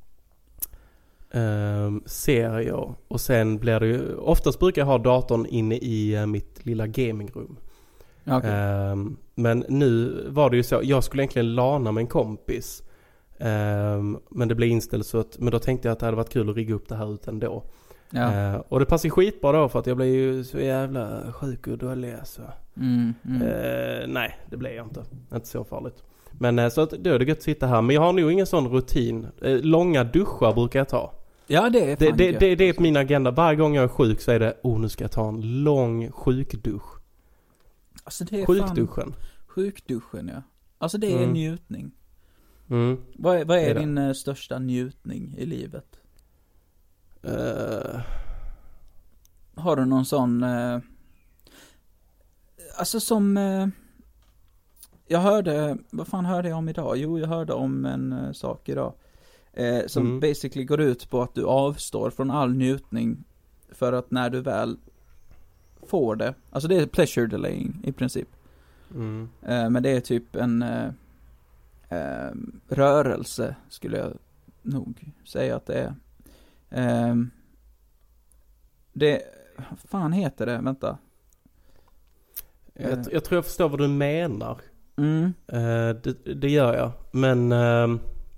um, serier. Och sen blir det ju, oftast brukar jag ha datorn inne i uh, mitt lilla gamingrum. Okay. Um, men nu var det ju så, jag skulle egentligen lana med en kompis. Um, men det blev inställt så att, men då tänkte jag att det hade varit kul att rigga upp det här utan då. Ja. Uh, och det passar skitbra då för att jag blev ju så jävla sjuk och dålig så. Mm, mm. Uh, nej, det blev jag inte. Inte så farligt. Men uh, så att då är det gött att sitta här. Men jag har nog ingen sån rutin. Uh, långa duschar brukar jag ta. Ja, det är fan det, det, det, det är på min agenda. Varje gång jag är sjuk så är det, oh nu ska jag ta en lång sjukdusch. Alltså det är sjukduschen. Fan, sjukduschen, ja. Alltså det är mm. en njutning. Mm. Vad är, vad är, är din uh, största njutning i livet? Uh... Har du någon sån uh... alltså som uh... jag hörde, vad fan hörde jag om idag? Jo, jag hörde om en uh, sak idag uh, som mm. basically går ut på att du avstår från all njutning för att när du väl får det, alltså det är pleasure delaying i princip. Mm. Uh, men det är typ en uh, uh, rörelse skulle jag nog säga att det är. Um, det, vad fan heter det? Vänta. Jag, jag tror jag förstår vad du menar. Mm. Uh, det, det gör jag. Men uh,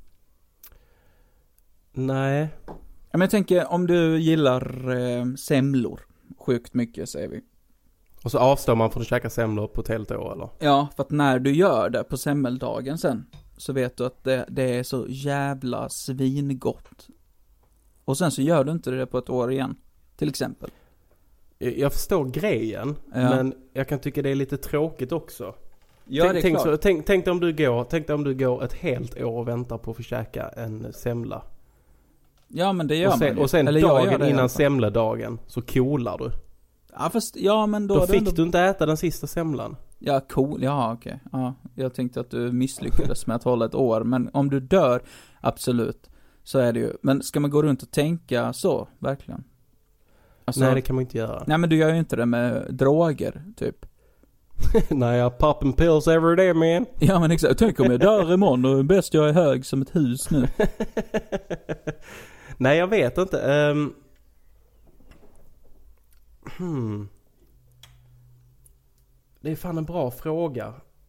nej. Men jag tänker om du gillar uh, semlor sjukt mycket, säger vi. Och så avstår man från att käka semlor på ett helt år, eller? Ja, för att när du gör det på semmeldagen sen så vet du att det, det är så jävla svingott. Och sen så gör du inte det på ett år igen, till exempel. Jag förstår grejen, ja. Men jag kan tycka det är lite tråkigt också. Ja, tänk, det är tänk, klart. så, tänk, tänk dig om du går, tänk dig om du går ett helt år och väntar på att få käka en semla. Ja, men det gör och sen, man. Och sen Eller dagen innan semledagen så kolar du. Ja, fast, ja, men då... Då fick ändå... du inte äta den sista semlan. Ja, cool. Ja, okej. Okay. Ja, jag tänkte att du misslyckades med att hålla ett år. Men om du dör, absolut. Så är det ju. Men ska man gå runt och tänka så, verkligen? Alltså, nej, det kan man inte göra. Nej, men du gör ju inte det med droger, typ. Nej, jag popping pills every day, man. Ja, men exakt. Tänk om jag dör imorgon och bäst jag är hög som ett hus nu. Nej, jag vet inte. Um... Hmm. Det är fan en bra fråga.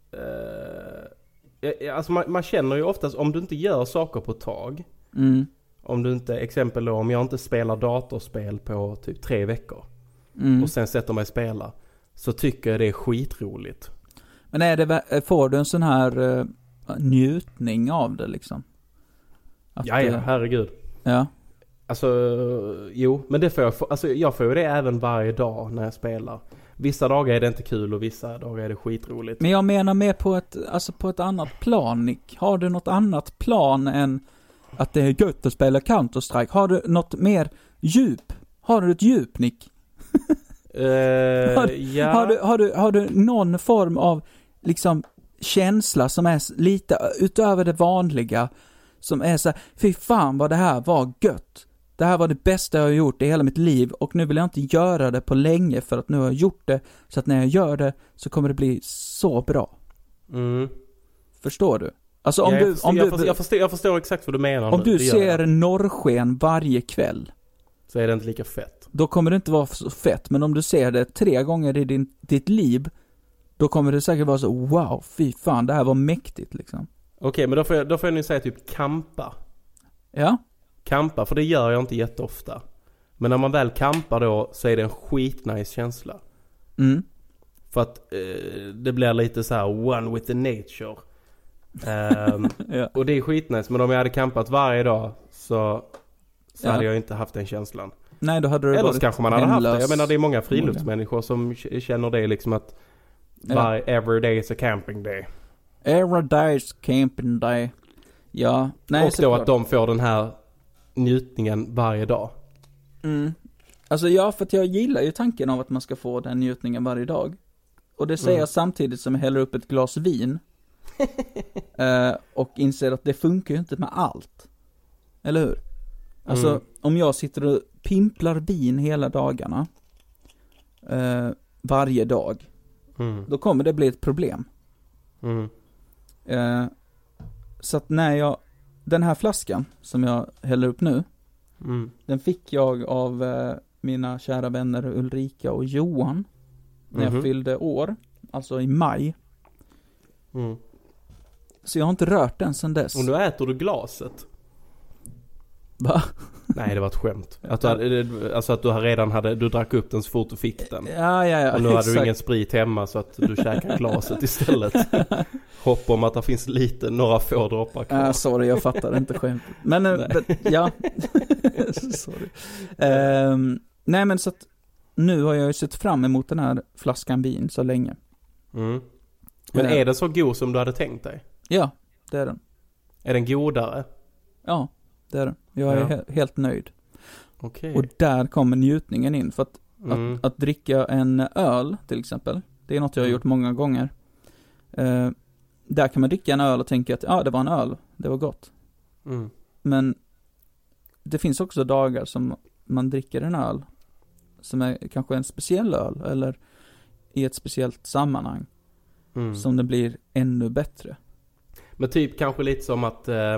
Uh, alltså man, man känner ju oftast om du inte gör saker på ett tag. Mm. Om du inte, exempel då, om jag inte spelar datorspel på typ tre veckor. Mm. Och sen sätter mig och spela. Så tycker jag det är skitroligt. Men är det, får du en sån här uh, njutning av det liksom? Att, ja, ja, herregud. Ja. Alltså, jo, men det får jag, alltså jag får ju det även varje dag när jag spelar. Vissa dagar är det inte kul och vissa dagar är det skitroligt. Men jag menar mer på ett, alltså på ett annat plan, Nick. Har du något annat plan än att det är gött att spela Counter-Strike? Har du något mer djup? Har du ett djup, Nick? Uh, har, ja. har, du, har, du, har du någon form av liksom känsla som är lite utöver det vanliga, som är så här, fy fan vad det här var gött. Det här var det bästa jag har gjort i hela mitt liv och nu vill jag inte göra det på länge för att nu har jag gjort det, så att när jag gör det så kommer det bli så bra. Mm. Förstår du? Alltså om ja, du jag, förstår, om jag, du förstår, jag, förstår, jag förstår exakt vad du menar. Om nu. du det ser norrsken varje kväll så är det inte lika fett. Då kommer det inte vara så fett, men om du ser det tre gånger i din, ditt liv, då kommer det säkert vara så, wow, fy fan, det här var mäktigt liksom. Okej, okay, men då får jag, då får jag nu säga typ kampa. Ja. Kampa, för det gör jag inte jätteofta. Men när man väl kampar då så är det en skitnice känsla. Mm. För att eh, det blir lite så här one with the nature. Um, ja. Och det är skitnice, men om jag hade kampat varje dag så, så ja. hade jag inte haft den känslan. Nej, då hade det Eller varit kanske man hade haft det. Jag menar, det är många många. friluftsmänniskor som känner det liksom att ja. every day is a camping day. Every day is camping day. Ja. Nej, och då klart. Att de får den här njutningen varje dag. Mm. Alltså ja, för att jag gillar ju tanken av att man ska få den njutningen varje dag. Och det säger mm. jag samtidigt som jag häller upp ett glas vin. uh, och inser att det funkar ju inte med allt. Eller hur? Alltså, mm. om jag sitter och pimplar vin hela dagarna. Uh, varje dag. Mm. Då kommer det bli ett problem. Mm. Uh, så att när jag... Den här flaskan som jag häller upp nu. Mm. Den fick jag av uh, mina kära vänner Ulrika och Johan. När Mm-hmm. jag fyllde år. Alltså i maj. Mm. Så jag har inte rört den sedan dess. Och nu äter du glaset. Va? Nej, det var ett skämt. Att du hade, alltså att du redan hade, du drack upp den så fort du fick den. Ja, ja, ja. Och nu hade exakt. du ingen sprit hemma så att du käkar glaset istället. Hopp om att det finns lite, några få droppar kvar. Ja, sorry, jag fattar inte skämt. Men, nej. men ja. sorry. Um, nej, men så att nu har jag ju sett fram emot den här flaskan vin så länge. Mm. Men är den så god som du hade tänkt dig? Ja, det är den. Är den godare? Ja, det är den. Jag är ja. he- helt nöjd. Okay. Och där kommer njutningen in. För att, mm. att, att dricka en öl till exempel, det är något jag har gjort många gånger. Uh, där kan man dricka en öl och tänka att ja, det var en öl, det var gott. Mm. Men det finns också dagar som man dricker en öl som är kanske en speciell öl eller i ett speciellt sammanhang mm. som det blir ännu bättre. Men typ kanske lite som att eh,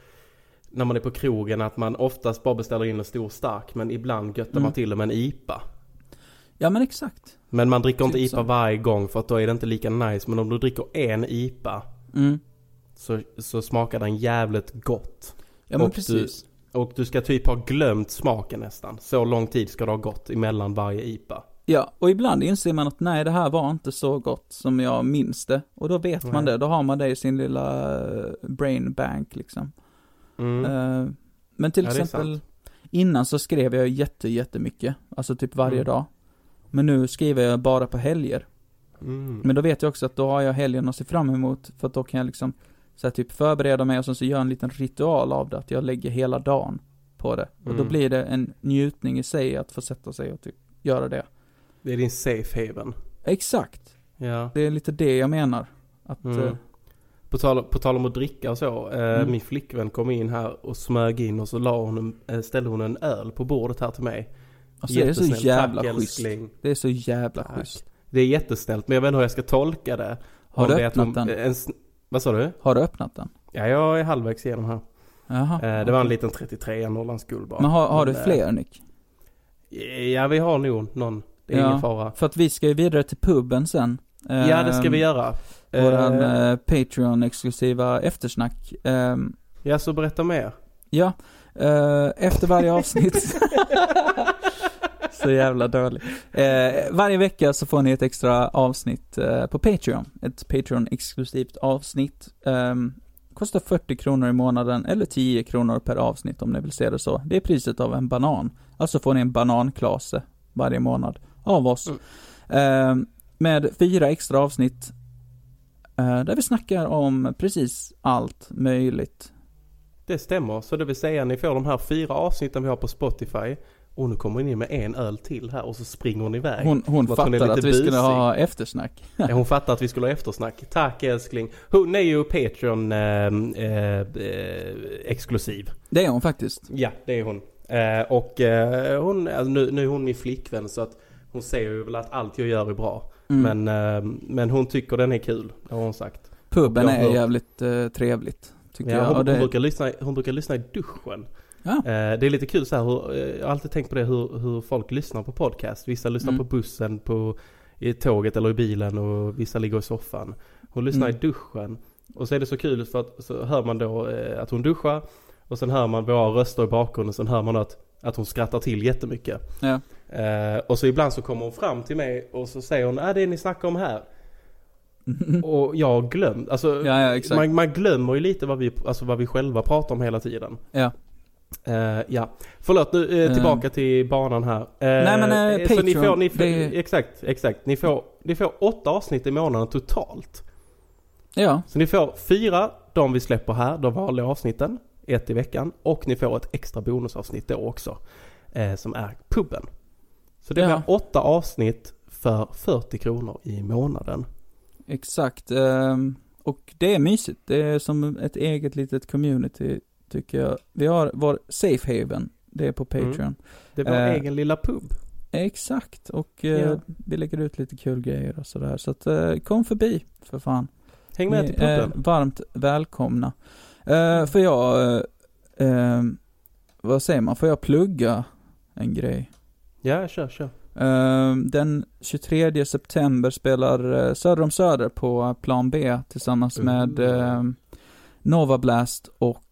när man är på krogen att man oftast bara beställer in en stor stark, men ibland göttar mm. man till med en I P A. Ja, men exakt. Men man dricker inte typ I P A så. Varje gång för att då är det inte lika nice. Men om du dricker en I P A mm. så, så smakar den jävligt gott. Ja, men och precis. Du, och du ska typ ha glömt smaken nästan. Så lång tid ska det ha gått emellan varje I P A. Ja, och ibland inser man att nej, det här var inte så gott som jag minns det. Och då vet nej. man det. Då har man det i sin lilla brain bank liksom. Mm. Uh, men till ja, exempel innan så skrev jag jätte, jättemycket. Alltså typ varje mm. dag. Men nu skriver jag bara på helger. Mm. Men då vet jag också att då har jag helgen att se fram emot. För att då kan jag liksom så här, typ förbereda mig och sen så gör en liten ritual av det. Att jag lägger hela dagen på det. Och mm. då blir det en njutning i sig att få sätta sig och typ göra det. Det är din safe haven. Exakt. Ja. Det är lite det jag menar. Att, mm. eh, på, tal, på tal om att dricka och så. Eh, mm. Min flickvän kom in här och smög in och så la hon en, ställde hon en öl på bordet här till mig. Alltså det är så jävla Tack, schysst. älskling. Det är så jävla Tack. schysst. Det är jättesnällt, men jag vet inte hur jag ska tolka det. Har om du det öppnat hon, den? En, vad sa du? Har du öppnat den? Ja, jag är halvvägs igenom här. Jaha, eh, det okay. var en liten trettiotre Norrlands Guldbar. Men har, har men, du fler, Nick? Ja, vi har nog någon. Det är ja, ingen fara. För att vi ska ju vidare till puben sen. Ja, det ska vi göra. Våran uh, uh, Patreon-exklusiva eftersnack. Um, ja, så berätta mer. Ja, uh, efter varje avsnitt. Så jävla dåligt. Uh, varje vecka så får ni ett extra avsnitt uh, på Patreon. Ett Patreon-exklusivt avsnitt. Um, kostar fyrtio kronor i månaden eller tio kronor per avsnitt om ni vill se det så. Det är priset av en banan. Alltså får ni en bananklase varje månad av oss. Mm. Uh, med fyra extra avsnitt uh, där vi snackar om precis allt möjligt. Det stämmer. Så det vill säga ni får de här fyra avsnitten vi har på Spotify. Och nu kommer ni med en öl till här och så springer hon iväg. Hon, hon fattar att vi busig. skulle ha eftersnack. Ja, hon fattar att vi skulle ha eftersnack. Tack älskling. Hon är ju Patreon eh, eh, exklusiv. Det är hon faktiskt. Ja, det är hon. Eh, och eh, hon, alltså, nu, nu är hon min flickvän så att hon säger ju väl att allt jag gör är bra. Mm. Men, eh, men hon tycker den är kul, har hon sagt. Puben är hört. jävligt eh, trevligt, tycker ja, jag. Hon, det... hon, brukar lyssna, hon brukar lyssna i duschen. Ja. Eh, det är lite kul så här, hur, jag har alltid tänkt på det hur, hur folk lyssnar på podcast. Vissa lyssnar mm. på bussen, på, i tåget eller i bilen och vissa ligger i soffan. Hon lyssnar mm. i duschen. Och så är det så kul för att så hör man då eh, att hon duschar och sen hör man våra röster i bakgrunden och sen hör man att, att hon skrattar till jättemycket. Ja. Eh, och så ibland så kommer hon fram till mig och så säger hon, är det ni snackar om här? Mm. Och jag glömt alltså ja, ja, exakt. Man, man glömmer ju lite vad vi, alltså vad vi själva pratar om hela tiden. Ja. Uh, ja, förlåt nu uh, tillbaka uh. till banan här. Uh, Nej men uh, så Patreon, ni får, ni får, det... exakt, exakt. Ni får, ni får åtta avsnitt i månaden totalt. Ja. Så ni får fyra, de vi släpper här, de vanliga avsnitten, ett i veckan. Och ni får ett extra bonusavsnitt då också, uh, som är puben. Så det ja. blir åtta avsnitt för fyrtio kronor i månaden. Exakt, um, och det är mysigt. Det är som ett eget litet community, tycker jag. Vi har vår Safe Haven, det är på Patreon. Mm. Det är vår uh, egen lilla pub. Exakt, och uh, ja. vi lägger ut lite kul grejer och sådär. Så att, uh, kom förbi, för fan. Häng med Ni till puben. Är varmt välkomna. Uh, för jag, uh, uh, vad säger man, får jag plugga en grej? Ja, kör, kör. Uh, den tjugotredje september spelar uh, Söder om Söder på Plan B tillsammans uh. med uh, Nova Blast och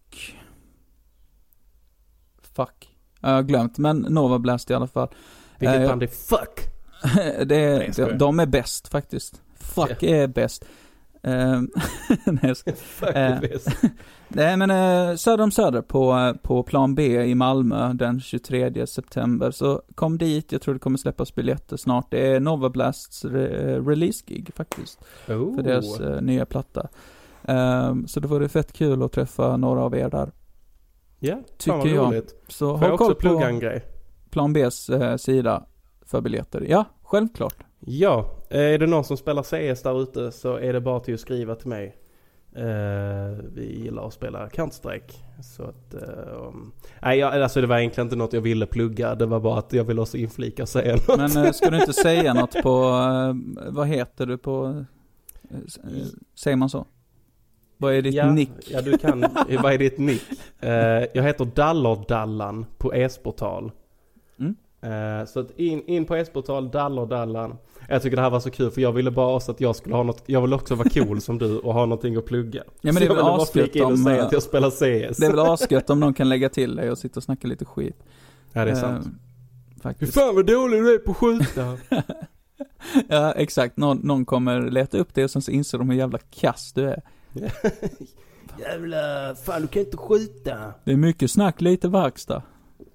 fuck, jag har glömt, men Nova Blast i alla fall. Vilket uh, band är fuck? det är, de, de är bäst faktiskt. Fuck yeah. är bäst. Uh, nej, ska, fuck uh, är bäst. Nej men uh, Söder om Söder på, uh, på Plan B i Malmö den tjugotredje september. Så kom dit, jag tror det kommer släppas biljetter snart. Det är Nova Blasts re- release-gig faktiskt. Oh. För deras uh, nya platta. Um, så det vore fett kul att träffa några av er där. Ja, yeah, tycker jag. Roligt. Så får ha koll på en grej. Plan B's uh, sida för biljetter. Ja, självklart. Ja, är det någon som spelar C S där ute så är det bara till att skriva till mig. Uh, vi gillar att spela Counter-Strike. Så att uh, um, nej, jag, alltså det var egentligen inte något jag ville plugga. Det var bara att jag ville också inflika och säga något. Men uh, ska du inte säga något på uh, vad heter du på uh, säger man så? Vad är ditt ja, nick? Ja, du kan. Vad är ditt nick? Uh, jag heter Dallerdallan på e-sportal. Mm. Uh, så att in, in på e-sportal Dallerdallan. Jag tycker det här var så kul för jag ville bara så att jag skulle ha något. Jag vill också vara cool som du och ha någonting att plugga. Ja, men det är väl asgött om säga att jag spelar C S. Det är väl asgött om någon kan lägga till dig och sitta och snacka lite skit. Ja, det är sant. Uh, faktiskt. Hur fan vad dålig du är på skjuta. Ja, exakt. Någon, någon kommer leta upp det och sen så inser de hur jävla kass du är. Jävla, fan du kan inte skjuta. Det är mycket snack, lite verkstad.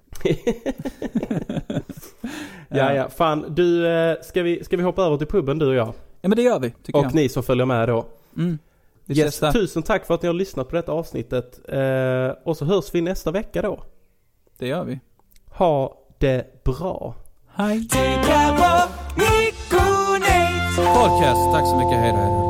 ja, ja, fan du, ska vi, ska vi hoppa över till puben du och jag? Ja, men det gör vi, tycker och jag. Och ni som följer med då. Mm. Yes, tusen tack för att ni har lyssnat på detta avsnittet. eh, Och så hörs vi nästa vecka då. Det gör vi. Ha det bra. Hej. Podcast, tack så mycket, hej då.